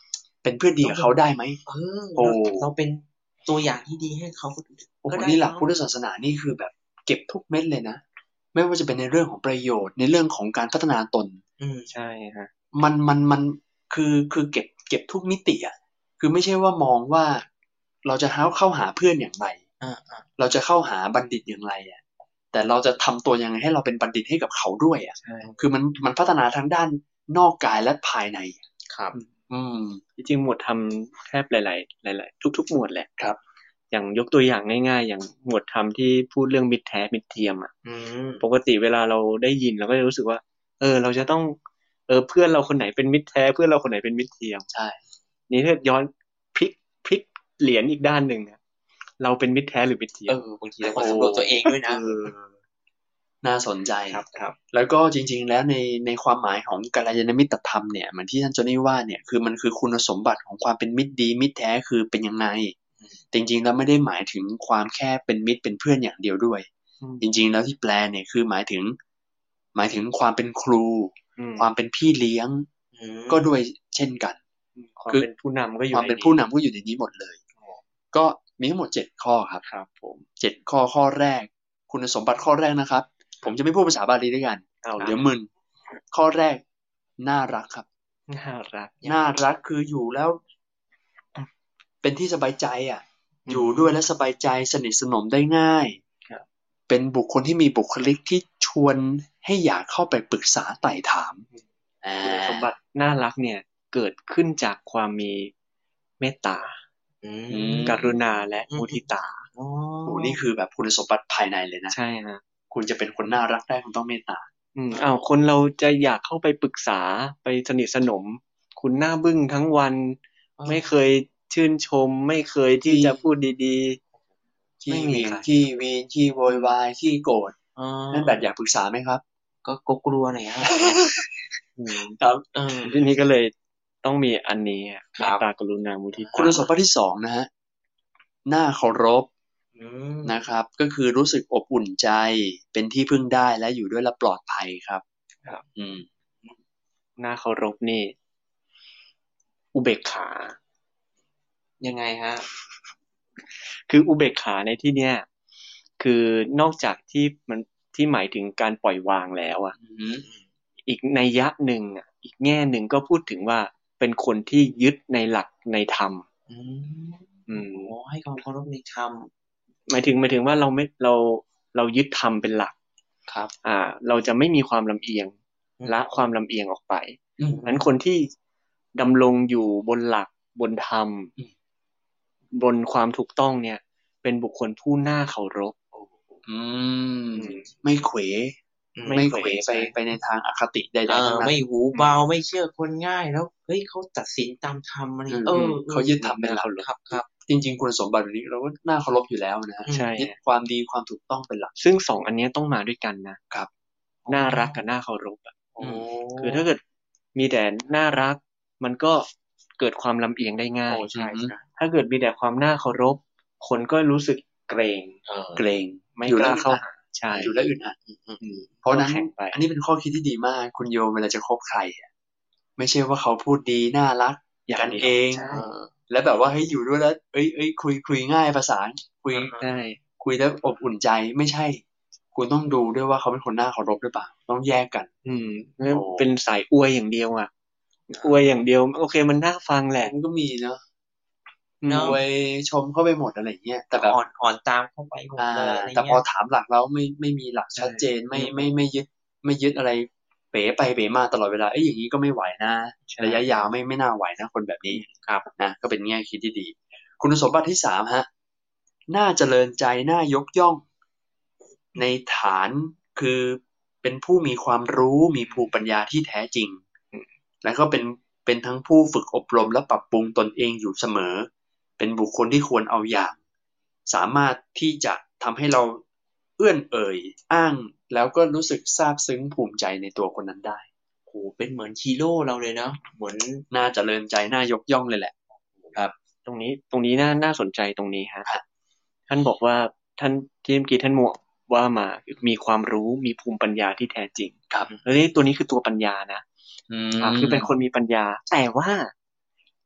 เป็นเพื่อนดีกับเขาได้ไหมเออโอ้เราเป็นตัวอย่างที่ดีให้เขาก็ได้นี่หลักพุทธศาสนานี่คือแบบเก็บทุกเม็ดเลยนะไม่ว่าจะเป็นในเรื่องของประโยชน์ในเรื่องของการพัฒนาตนอืมใช่ฮะมันมันมันคือคือเก็บเก็บทุกมิติอ่ะคือไม่ใช่ว่ามองว่าเราจะเข้าหาเพื่อนอย่างไรอ่าเราจะเข้าหาบัณฑิตอย่างไรอ่ะแต่เราจะทำตัวยังไงให้เราเป็นบัณฑิตให้กับเขาด้วยอ่ะคือมันมันพัฒนาทั้งด้านนอกกายและภายในครับอืมจริงๆหมวดธรรมแทบหลายๆหลายๆทุกๆหมวดแหละครับอย่างยกตัวอย่างง่ายๆอย่างหมวดธรรมที่พูดเรื่องมิตรแท้มิตรเทียมอ่ะปกติเวลาเราได้ยินเราก็จะรู้สึกว่าเออเราจะต้องเออเพื่อนเราคนไหนเป็นมิตรแท้เพื่อนเราคนไหนเป็นมิตรเทียมใช่นี่ถ้าย้อนพลิกพลิกเหรียญอีกด้านหนึ่งอ่ะเราเป็นมิตรแท้หรือมิตรเทียมเออบางทีเราก็สำรวจตัวเองด้วยนะน่าสนใจครับครับแล้วก็จริงๆแล้วในในความหมายของกัลยาณมิตรธรรมเนี่ยเหมือนที่ท่านโจนี่ว่าเนี่ยคือมันคือคุณสมบัติของความเป็นมิตรดีมิตรแท้คือเป็นยังไงจริงๆแล้วไม่ได้หมายถึงความแค่เป็นมิตรเป็นเพื่อนอย่างเดียวด้วยจริงๆแล้วที่แปลเนี่ยคือหมายถึงหมายถึงความเป็นครูความเป็นพี่เลี้ยงก็ด้วยเช่นกันความเป็นผู้นำก็อยู่ความเป็นผู้นำก็อยู่ในนี้หมดเลยก็มีทั้งหมดเจ็ดข้อครับครับผมเจ็ดข้อข้อแรกคุณสมบัติข้อแรกนะครับผมจะไม่พูดภาษาบาลีด้วยกันเดี๋ยวมึนข้อแรกน่ารักครับน่ารักน่ารักคืออยู่แล้วเป็นที่สบายใจอ่ะอยู่ด้วยแล้วสบายใจสนิทสนมได้ง่ายเป็นบุคคลที่มีบุคลิกที่ชวนให้อยากเข้าไปปรึกษาไต่ถามคุณสมบัติน่ารักเนี่ยเกิดขึ้นจากความมีเมตตากรุณาและมุทิตาโอ้โหนี่คือแบบคุณสมบัติภายในเลยนะใช่ฮะคุณจะเป็นคนน่ารักได้คุณต้องเมตตาอืมอ้าวคนเราจะอยากเข้าไปปรึกษาไปสนิทสนมคุณหน้าบึ้งทั้งวันไม่เคยชื่นชมไม่เคยที่จะพูดดีๆที่วีนที่วีนที่โวยวายที่โกรธนั่นแบบอยากปรึกษาไหมครับก็กลัวหน่อยครับครับทีนี้ก็เลยต้องมีอันนี้เมตตากรุณามุทิตาคุณสมบัติที่สองนะฮะน่าเคารพนะครับก็คือรู้สึกอบอุ่นใจเป็นที่พึ่งได้และอยู่ด้วยและปลอดภัยครับครับอืมน่าเคารพนี่อุเบกขายังไงฮะคืออุเบกขาในที่เนี้ยคือนอกจากที่มันที่หมายถึงการปล่อยวางแล้วอ่ะอีกนัยยะหนึ่งอ่ะอีกแง่หนึ่งก็พูดถึงว่าเป็นคนที่ยึดในหลักในธรรมอืมอืมโอ้ให้ความเคารพในธรรมหมายถึงหมายถึงว่าเราไม่เราเรายึดธรรมเป็นหลักครับอ่าเราจะไม่มีความลำเอียงละความลำเอียงออกไปนั้นคนที่ดำรงอยู่บนหลักบนธรรมบนความถูกต้องเนี่ยเป็นบุคคลผู้น่าเคารพอืมไม่เขวไม่เขวไปไปในทางอคติใดๆทั้งนั้นไม่หูเบาไม่เชื่อคนง่ายแล้วเฮ้ยเขาตัดสินตามธรรมอะไรเออเขายึดธรรมเป็นหลักครับครับจริงๆคุณสมบัตินี้เราก็น่าเคารพอยู่แล้วนะฮะยึดความดีความถูกต้องเป็นหลักซึ่งสองอันนี้ต้องมาด้วยกันนะครับน่ารักกับน่าเคารพอ่ะคือถ้าเกิดมีแต่น่ารักมันก็เกิดความลำเอียงได้ง่ายใช่ถ้าเกิดมีแต่ความน่าเคารพคนก็รู้สึกเกรงเกรงไม่กล้าเข้าหาใช่อยู่แล้วอึดอัดเพราะนั้นอันนี้เป็นข้อคิดที่ดีมากคุณโยมเวลาจะคบใครอ่ะไม่ใช่ว่าเขาพูดดีน่ารักกันเองแล้วแบบว่าเฮ้ยอยู่ด้วยแล้วเอ้ยเอ้ยคุยคุยง่ายภาษาคุยได้คุยแล้วอบอุ่นใจไม่ใช่คุณต้องดูด้วยว่าเขาเป็นคนน่าเคารพหรือเปล่าต้องแยกกันอืมเป็นสายอวยอย่างเดียวอ่ะอวยอย่างเดียวโอเคมันน่าฟังแหละมันก็มีเนาะอวยชมเข้าไปหมดอะไรเงี้ยแต่แบบอ่อนอ่อนตามเข้าไปหมดเลยแต่พอถามหลักแล้วไม่ไม่มีหลักชัดเจนไม่ไม่ไม่ยึดไม่ยึดอะไรเป๋ไปเป๋มาตลอดเวลาเอ้ยอย่างนี้ก็ไม่ไหวนะระยะยาวไม่ไม่น่าไหวนะคนแบบนี้ครับนะก็เป็นแง่คิดที่ดีคุณสมบัติที่สามฮะน่าเจริญใจน่ายกย่องในฐานคือเป็นผู้มีความรู้มีภูมิปัญญาที่แท้จริงแล้วก็เป็นเป็นทั้งผู้ฝึกอบรมและปรับปรุงตนเองอยู่เสมอเป็นบุคคลที่ควรเอาอย่างสามารถที่จะทำให้เราเอื้อนเอ่ยอ้างแล้วก็รู้สึกซาบซึ้งภูมิใจในตัวคนนั้นได้โหเป็นเหมือนฮีโร่เราเลยเนาะเหมือนน่าเจริญใจน่ายกย่องเลยแหละครับตรงนี้ตรงนี้น่าน่าสนใจตรงนี้ฮะท่านบอกว่าท่านที่เมื่อกี้ท่านมัวว่ามามีความรู้มีภูมิปัญญาที่แท้จริงครับแล้วนี่ตัวนี้คือตัวปัญญานะอ่าคือเป็นคนมีปัญญาแต่ว่า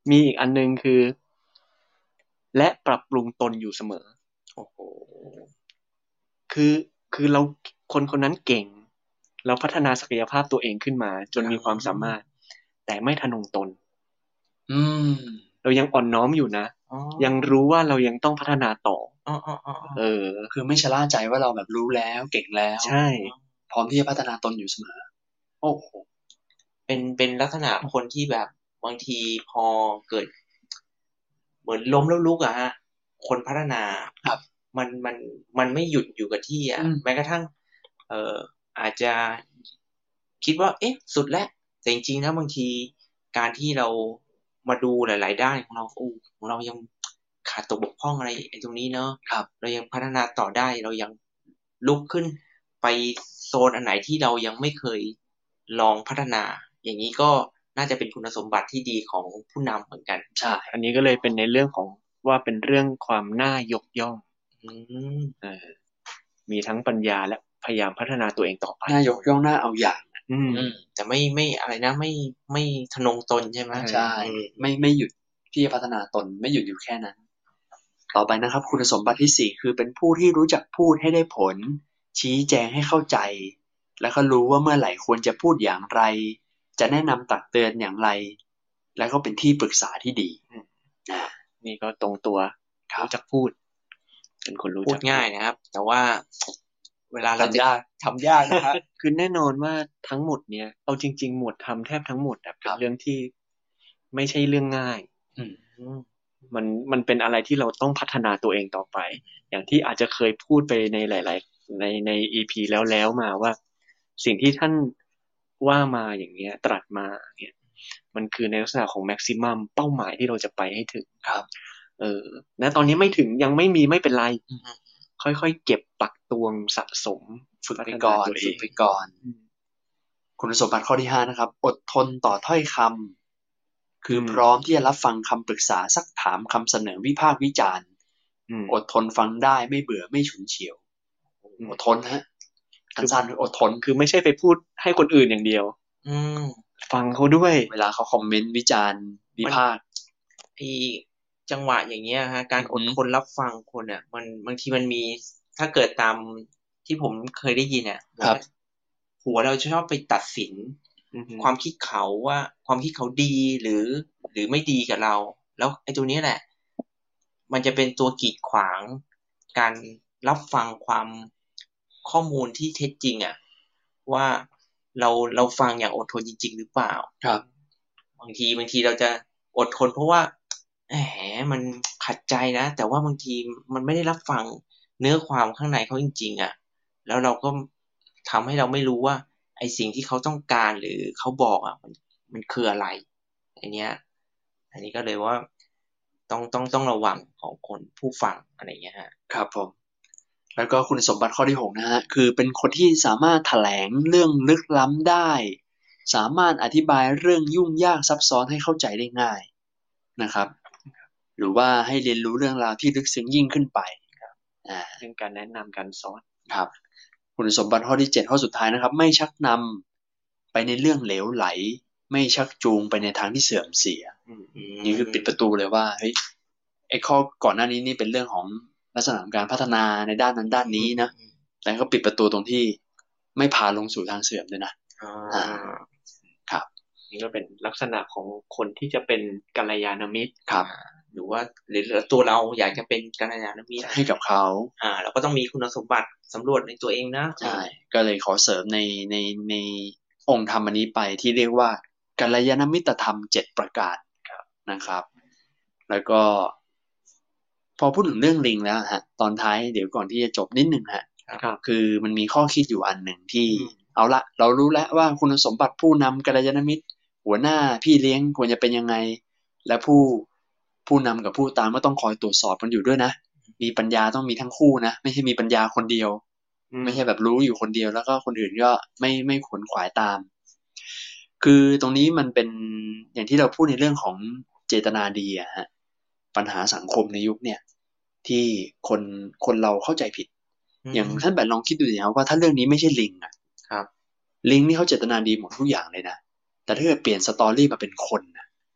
มีอีกอันนึงคือและปรับปรุงตนอยู่เสมอโอ้โหคือคือเราคนคนนั้นเก่งเราพัฒนาศักยภาพตัวเองขึ้นมาจนมีความสามารถแต่ไม่ทะนงตนอืมเรายังอ่อนน้อมอยู่นะยังรู้ว่าเรายังต้องพัฒนาต่อเออคือไม่ชะล่าใจว่าเราแบบรู้แล้วเก่งแล้วใช่พร้อมที่จะพัฒนาตนอยู่เสมอโอ้โหเป็นเป็นลักษณะคนที่แบบบางทีพอเกิดเหมือนล้มแล้วลุกอะฮะคนพัฒนาครับมันมันมันไม่หยุดอยู่กับที่อะแม้กระทั่งเอ่ออาจจะคิดว่าเอ๊ะสุดแล้วแต่จริงๆนะบางทีการที่เรามาดูหลายๆด้านของเราโอ้ของเรายังขาดตกบกพร่องอะไรตรงนี้เนาะครับเรายังพัฒนาต่อได้เรายังลุกขึ้นไปโซนอันไหนที่เรายังไม่เคยลองพัฒนาอย่างนี้ก็น่าจะเป็นคุณสมบัติที่ดีของผู้นำเหมือนกันใช่อันนี้ก็เลยเป็นในเรื่องของว่าเป็นเรื่องความน่ายกย่องอืมเออมีทั้งปัญญาและพยายามพัฒนาตัวเองต่อไปน่ายกย่องน่าเอาอย่างอืมแต่ไม่ไม่อะไรนะไม่ไม่ทะนงตนใช่ไหมใช่ไม่ไม่หยุดที่จะพัฒนาตนไม่หยุดอยู่แค่นั้นต่อไปนะครับคุณสมบัติที่สี่คือเป็นผู้ที่รู้จักพูดให้ได้ผลชี้แจงให้เข้าใจแล้วก็รู้ว่าเมื่อไหร่ควรจะพูดอย่างไรจะแนะนำตักเตือนอย่างไรแล้วก็เป็นที่ปรึกษาที่ดีนี่ก็ตรงตัวรู้จักพูดเป็นคนรู้จักพูดง่ายนะครับแต่ว่าเวลาเราจะทำยากนะครับคือแน่นอนว่าทั้งหมดเนี้ยเอาจริงๆหมวดทำแทบทั้งหมดเป็นเรื่องที่ไม่ใช่เรื่องง่ายมันมันเป็นอะไรที่เราต้องพัฒนาตัวเองต่อไปอย่างที่อาจจะเคยพูดไปในหลายๆในใน อี พี แล้วแล้วมาว่าสิ่งที่ท่านว่ามาอย่างเงี้ยตรัสมาเนี่ยมันคือในลักษณะของแม็กซิมัมเป้าหมายที่เราจะไปให้ถึงครับเออณตอนนี้ไม่ถึงยังไม่มีไม่เป็นไรค่อยๆเก็บปักตวงสะสมฝึกไปก่อนฝึกไปก่อนคุณสมบัติข้อที่ห้านะครับอดทนต่อถ้อยคำคือพร้อมที่จะรับฟังคำปรึกษาซักถามคำเสนอวิพากษ์วิจารณ์อดทนฟังได้ไม่เบื่อไม่ฉุนเฉียวอดทนฮะสั้นๆอดทนคือไม่ใช่ไปพูดให้คนอื่นอย่างเดียวฟังเขาด้วยเวลาเขาคอมเมนต์วิจารณ์วิพากษ์ไอ้จังหวะอย่างเงี้ยฮะการอดทนรับฟังคนอ่ะมันบางทีมันมีถ้าเกิดตามที่ผมเคยได้ยินเนี่ยหัวเราชอบไปตัดสินความคิดเขาว่าความคิดเขาดีหรือหรือไม่ดีกับเราแล้วไอ้ตัวนี้แหละมันจะเป็นตัวกีดขวางการรับฟังความข้อมูลที่เท็จจริงอ่ะว่าเราเราฟังอย่างอดทนจริงๆหรือเปล่าครับบางทีบางทีเราจะอดทนเพราะว่าแหมมันขัดใจนะแต่ว่าบางทีมันไม่ได้รับฟังเนื้อความข้างในเขาจริงๆอ่ะแล้วเราก็ทำให้เราไม่รู้ว่าไอ้สิ่งที่เขาต้องการหรือเขาบอกอ่ะมันมันคืออะไรอันเนี้ยอันนี้ก็เลยว่าต้องต้องต้องระวังของคนผู้ฟังอะไรเงี้ยฮะครับผมแล้วก็คุณสมบัติข้อที่หกนะฮะคือเป็นคนที่สามารถแถลงเรื่องลึกล้ำได้สามารถอธิบายเรื่องยุ่งยากซับซ้อนให้เข้าใจได้ง่ายนะครับหรือว่าให้เรียนรู้เรื่องราวที่ลึกซึ้งยิ่งขึ้นไปอ่าเรื่องการแนะนำการสอนครับคุณสมบัติข้อที่เจ็ดข้อสุดท้ายนะครับไม่ชักนำไปในเรื่องเหลวไหลไม่ชักจูงไปในทางที่เสื่อมเสียนี่คือปิดประตูเลยว่าเฮ้ยไอ้ข้อก่อนหน้านี้นี่เป็นเรื่องของลักษณะการพัฒนาในด้านนั้นด้านนี้นะแต่ก็ปิดประตูตรงที่ไม่พาลงสู่ทางเสื่อมด้วยนะอ่าครับนี่ก็เป็นลักษณะของคนที่จะเป็นกัลยาณมิตรครับหรือว่าหรือตัวเราอยากจะเป็นกัลยาณมิตรให้กับเขาอ่าเราก็ต้องมีคุณสมบัติสำรวจในตัวเองนะใช่ก็เลยขอเสริมในในในองค์ธรรมอันนี้ไปที่เรียกว่ากัลยาณมิตรธรรมเจ็ดประการนะครับแล้วก็พอพูดถึงเรื่องลิงแล้วฮะตอนท้ายเดี๋ยวก่อนที่จะจบนิดนึงฮะคือมันมีข้อคิดอยู่อันหนึ่งที่เอาละเรารู้แล้วว่าคุณสมบัติผู้นำกัลยาณมิตรหัวหน้าพี่เลี้ยงควรจะเป็นยังไงและผู้ผู้นำกับผู้ตามก็ต้องคอยตรวจสอบกันอยู่ด้วยนะมีปัญญาต้องมีทั้งคู่นะไม่ใช่มีปัญญาคนเดียวไม่ใช่แบบรู้อยู่คนเดียวแล้วก็คนอื่นก็ไม่ไม่ขวนขวายตามคือตรงนี้มันเป็นอย่างที่เราพูดในเรื่องของเจตนาดีอะฮะปัญหาสังคมในยุคเนี่ยที่คนคนเราเข้าใจผิดอย่างท่านแบบลองคิดดูสิครับว่าถ้าเรื่องนี้ไม่ใช่ลิงอ่ะครับลิงนี่เขาเจตนาดีหมดทุกอย่างเลยนะแต่ถ้าเกิดเปลี่ยนสตอรี่มาเป็นคนนะ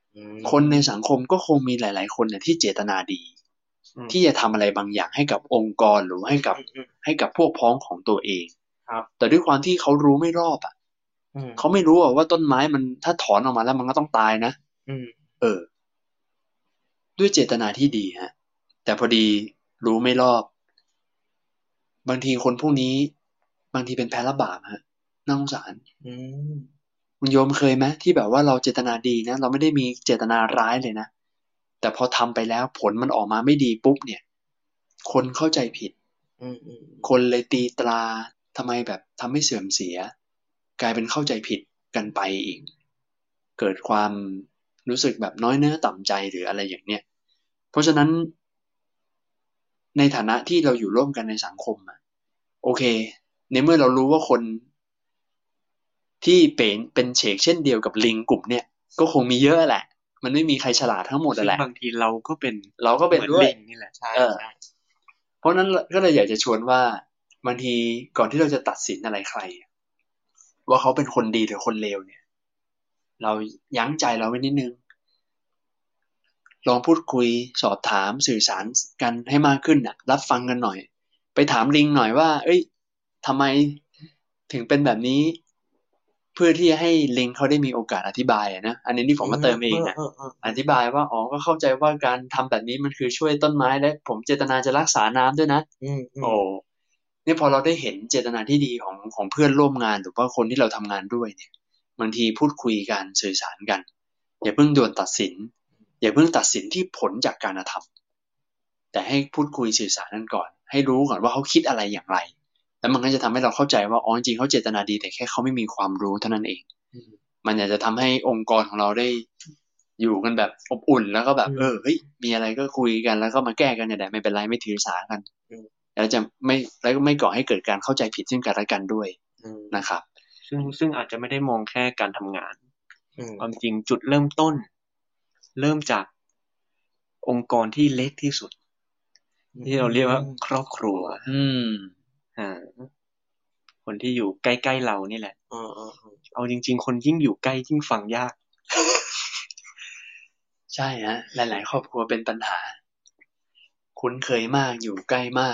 คนในสังคมก็คงมีหลายๆคนเนี่ยที่เจตนาดีที่จะทำอะไรบางอย่างให้กับองค์กรหรือให้กับให้กับพวกพ้องของตัวเองแต่ด้วยความที่เขารู้ไม่รอบอ่ะเขาไม่รู้ว่าต้นไม้มันถ้าถอนออกมาแล้วมันก็ต้องตายนะเออด้วยเจตนาที่ดีฮะแต่พอดีรู้ไม่รอบบางทีคนพวกนี้บางทีเป็นแพ้รับบาปฮะน่าสงสารคุณโยมเคยไหมที่แบบว่าเราเจตนาดีนะเราไม่ได้มีเจตนาร้ายเลยนะแต่พอทำไปแล้วผลมันออกมาไม่ดีปุ๊บเนี่ยคนเข้าใจผิดคนเลยตีตราทำไมแบบทำให้เสื่อมเสียกลายเป็นเข้าใจผิดกันไปอีกเกิดความรู้สึกแบบน้อยเนื้อต่ำใจหรืออะไรอย่างเนี้ยเพราะฉะนั้นในฐานะที่เราอยู่ร่วมกันในสังคมอ่ะโอเคในเมื่อเรารู้ว่าคนที่เป็นเป็นเฉกเช่นเดียวกับลิงกลุ่มเนี่ยก็คงมีเยอะแหละมันไม่มีใครฉลาดทั้งหมดแหละบางทีเราก็เป็นเราก็เป็นด้วยลิงนี่แหละใช่ใช่เพราะนั้นก็เลยอยากจะชวนว่าบางทีก่อนที่เราจะตัดสินอะไรใครว่าเขาเป็นคนดีหรือคนเลวเนี่ยเรายั้งใจเราไว้นิดนึงลองพูดคุยสอบถามสื่อสารกันให้มากขึ้นน่ะรับฟังกันหน่อยไปถามลิงหน่อยว่าเอ้ยทำไมถึงเป็นแบบนี้เพื่อที่จะให้ลิงเขาได้มีโอกาสอธิบายนะอันนี้ที่ผมมาเติมเองนะอธิบายว่าอ๋อก็เข้าใจว่าการทำแบบนี้มันคือช่วยต้นไม้และผมเจตนาจะรักษาน้ำด้วยนะโอ้นี่พอเราได้เห็นเจตนาที่ดีของของเพื่อนร่วมงานหรือว่าคนที่เราทำงานด้วยเนี่ยบางทีพูดคุยกันสื่อสารกันอย่าเพิ่งด่วนตัดสินอย่าเพิ่งตัดสินที่ผลจากการกระทำแต่ให้พูดคุยสื่อสารกันก่อนให้รู้ก่อนว่าเขาคิดอะไรอย่างไรแล้วมันก็จะทำให้เราเข้าใจว่าอ๋อจริงเขาเจตนาดีแต่แค่เขาไม่มีความรู้เท่านั้นเองมันอยากจะทำให้องค์กรของเราได้อยู่กันแบบอบอุ่นแล้วก็แบบเออเฮ้ยมีอะไรก็คุยกันแล้วก็มาแก้กันเนี่ยแหละไม่เป็นไรไม่ถือสากันแล้วจะไม่แล้วก็ไม่ก่อให้เกิดการเข้าใจผิดซึ่งกันและกันด้วยนะครับซึ่งซึ่งอาจจะไม่ได้มองแค่การทำงานความจริงจุดเริ่มต้นเริ่มจากองค์กรที่เล็กที่สุดที่เราเรียกว่าครอบครัวอืมอ่าคนที่อยู่ใกล้ๆเรานี่แหละเออๆเอาจริงๆคนยิ่งอยู่ใกล้ยิ่งฟังยากใช่ฮะหลายๆครอบครัวเป็นปัญหาคุ้นเคยมากอยู่ใกล้มาก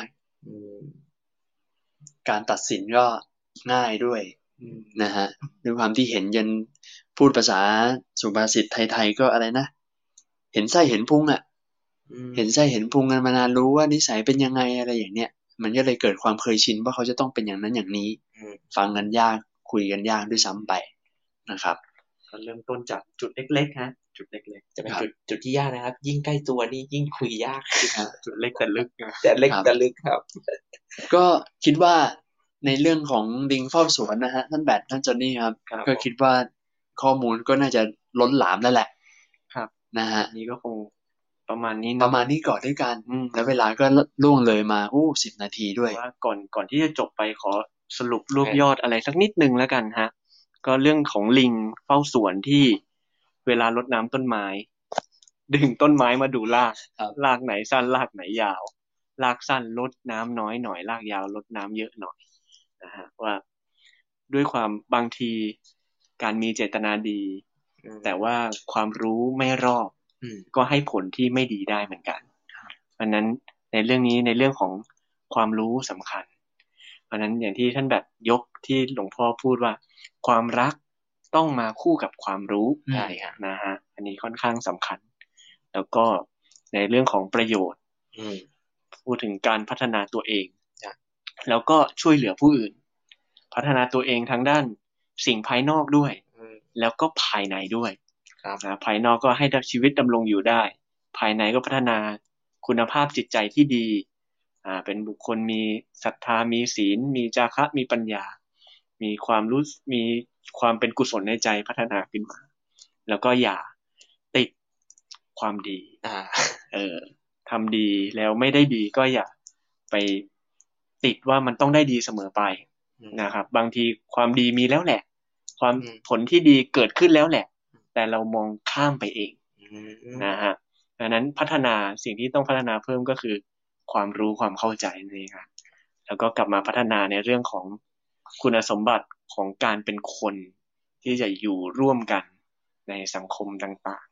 การตัดสินก็ง่ายด้วยนะฮะด้วยความที่เห็นยันพูดภาษาสุภาษิตไทยๆก็อะไรนะเห็นไส้เห็นพุงอ่ะเห็นไส้เห็นพุงกันมานานรู้ว่านิสัยเป็นยังไงอะไรอย่างเนี้ยมันก็เลยเกิดความเคยชินว่าเขาจะต้องเป็นอย่างนั้นอย่างนี้ฟังกันยากคุยกันยากด้วยซ้ำไปนะครับก็เริ่มต้นจากจุดเล็กๆฮะจุดเล็กๆจะเป็นจุดจุดที่ยากนะครับยิ่งใกล้ตัวนี่ยิ่งคุยยากจุดเล็กแต่ลึกแต่เล็กแต่ลึกครับก็คิดว่าในเรื่องของลิงเฝ้าสวนนะฮะท่านแบทท่านจอนนี่ครับก็คิดว่าข้อมูลก็น่าจะล้นหลามแล้วแหละครับนะฮะนี่ก็คงประมาณนี้ประมาณนี้ก่อนด้วยกันแล้วเวลาก็ล่วงเลยมาโอ้สิบนาทีด้วยว่าก่อนก่อนที่จะจบไปขอสรุปรวบยอดอะไรสักนิดนึงแล้วกันฮะก็เรื่องของลิงเฝ้าสวนที่เวลารดน้ำต้นไม้ดึงต้นไม้มาดูรากรากไหนสั้นรากไหนยาวรากสั้นลดน้ำน้อยหน่อยรากยาวลดน้ำเยอะหน่อยนะฮะว่าด้วยความบางทีการมีเจตนาดีแต่ว่าความรู้ไม่รอบก็ให้ผลที่ไม่ดีได้เหมือนกันเพราะนั้นในเรื่องนี้ในเรื่องของความรู้สำคัญเพราะนั้นอย่างที่ท่านแบบยกที่หลวงพ่อพูดว่าความรักต้องมาคู่กับความรู้ใช่ครับนะฮะอันนี้ค่อนข้างสำคัญแล้วก็ในเรื่องของประโยชน์พูดถึงการพัฒนาตัวเองแล้วก็ช่วยเหลือผู้อื่นพัฒนาตัวเองทางด้านสิ่งภายนอกด้วยแล้วก็ภายในด้วยนะภายนอกก็ให้ชีวิตดำรงอยู่ได้ภายในก็พัฒนาคุณภาพจิตใจที่ดีอ่าเป็นบุคคลมีศรัทธามีศีลมีจาคะมีปัญญามีความรู้มีความเป็นกุศลในใจพัฒนาขึ้นมาแล้วก็อย่าติดความดีอ่าเออทำดีแล้วไม่ได้ดีก็อย่าไปติดว่ามันต้องได้ดีเสมอไปนะครับบางทีความดีมีแล้วแหละความผลที่ดีเกิดขึ้นแล้วแหละแต่เรามองข้ามไปเองนะฮะดังนั้นพัฒนาสิ่งที่ต้องพัฒนาเพิ่มก็คือความรู้ความเข้าใจนี่ครับแล้วก็กลับมาพัฒนาในเรื่องของคุณสมบัติของการเป็นคนที่จะอยู่ร่วมกันในสังคมต่าง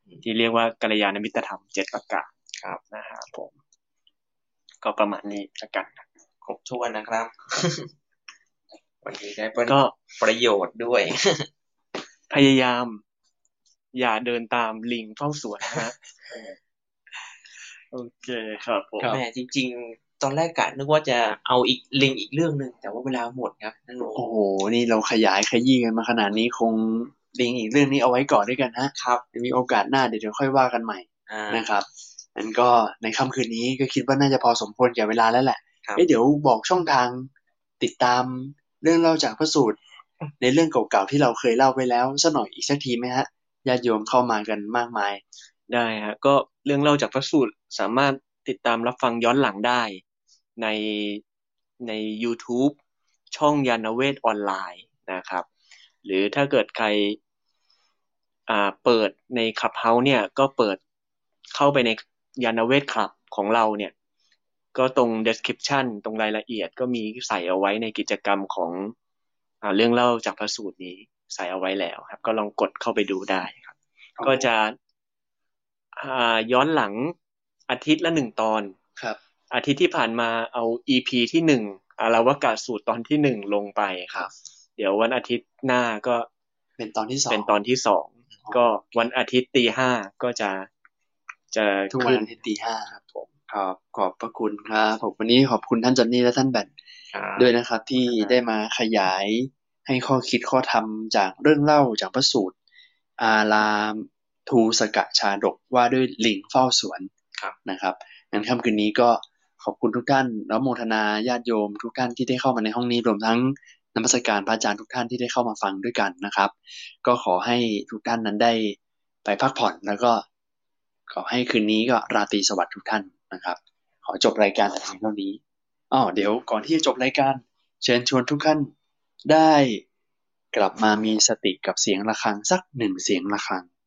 ที่เรียกว่ากัลยาณมิตรธรรมเจ็ดประการครับนะครับผมก็ประมาณนี้ละกันครบถ้วนนะครับ วันนี้ได้ก็ประโยชน์ด้วยพยายามอย่าเดินตามลิงเฝ้าสวนนะฮะ โอเคครับผมแม่จริงๆตอนแรกกะนึกว่าจะเอาอีกลิงอีกเรื่องนึงแต่ว่าเวลาหมดครับนั่นโอ้โหนี่เราขยายขยี้กันมาขนาดนี้คงลิงอีกเรื่องนี้เอาไว้ก่อนด้วยกันนะครับมีโอกาสหน้าเดี๋ยวค่อยว่ากันใหม่นะครับงั้นก็ในค่ำคืนนี้ก็คิดว่าน่าจะพอสมควรแก่เวลาแล้วแหละเอ๊ะเดี๋ยวบอกช่องทางติดตามเรื่องเล่าจากพระสูตรในเรื่องเก่าๆที่เราเคยเล่าไปแล้วสักหน่อยอีกสักทีไหมฮะญาติโยมเข้ามากันมากมายได้ฮะก็เรื่องเล่าจากพระสูตรสามารถติดตามรับฟังย้อนหลังได้ในใน YouTube ช่องยานเวทออนไลน์นะครับหรือถ้าเกิดใครอ่าเปิดในคลับเฮาส์เนี่ยก็เปิดเข้าไปในยานเวทคลับของเราเนี่ยก็ตรง description ตรงรายละเอียดก็มีใส่เอาไว้ในกิจกรรมของอ่าเรื่องเล่าจากพระสูตรนี้ใส่เอาไว้แล้วครับก็ลองกดเข้าไปดูได้ครับก็จะอ่าย้อนหลังอาทิตย์ละหนึ่งตอนครับอาทิตย์ที่ผ่านมาเอา อี พี ที่หนึ่งอารวกะสูตรตอนที่หนึ่งลงไปครับเดี๋ยววันอาทิตย์หน้าก็เป็นตอนที่สองเป็นตอนที่สองก็วันอาทิตย์ตีห้าก็จะจะทุกวันอาทิตย์ตีห้าครับผมครับขอบพระคุณครับผมวันนี้ขอบคุณท่านจอนนี่และท่านแบทด้วยนะครับที่ได้มาขยายให้ข้อคิดข้อธรรมจากเรื่องเล่าจากพระสูตรอารามทูสกะชาดกว่าด้วยลิงเฝ้าสวนนะครับงั้นค่ำคืนนี้ก็ขอบคุณทุกท่านแล้วโมทนาญาติโยมทุกท่านที่ได้เข้ามาในห้องนี้รวมทั้งนมัสการพระอาจารย์ทุกท่านที่ได้เข้ามาฟังด้วยกันนะครับก็ขอให้ทุกท่านนั้นได้ไปพักผ่อนแล้วก็ขอให้คืนนี้ก็ราตรีสวัสดิ์ทุกท่านนะครับขอจบรายการแต่เพียงเท่านี้อ้อเดี๋ยวก่อนที่จะจบรายการเชิญชวนทุกท่านได้กลับมามีสติกับเสียงระฆังสักหนึ่งเสียงระฆัง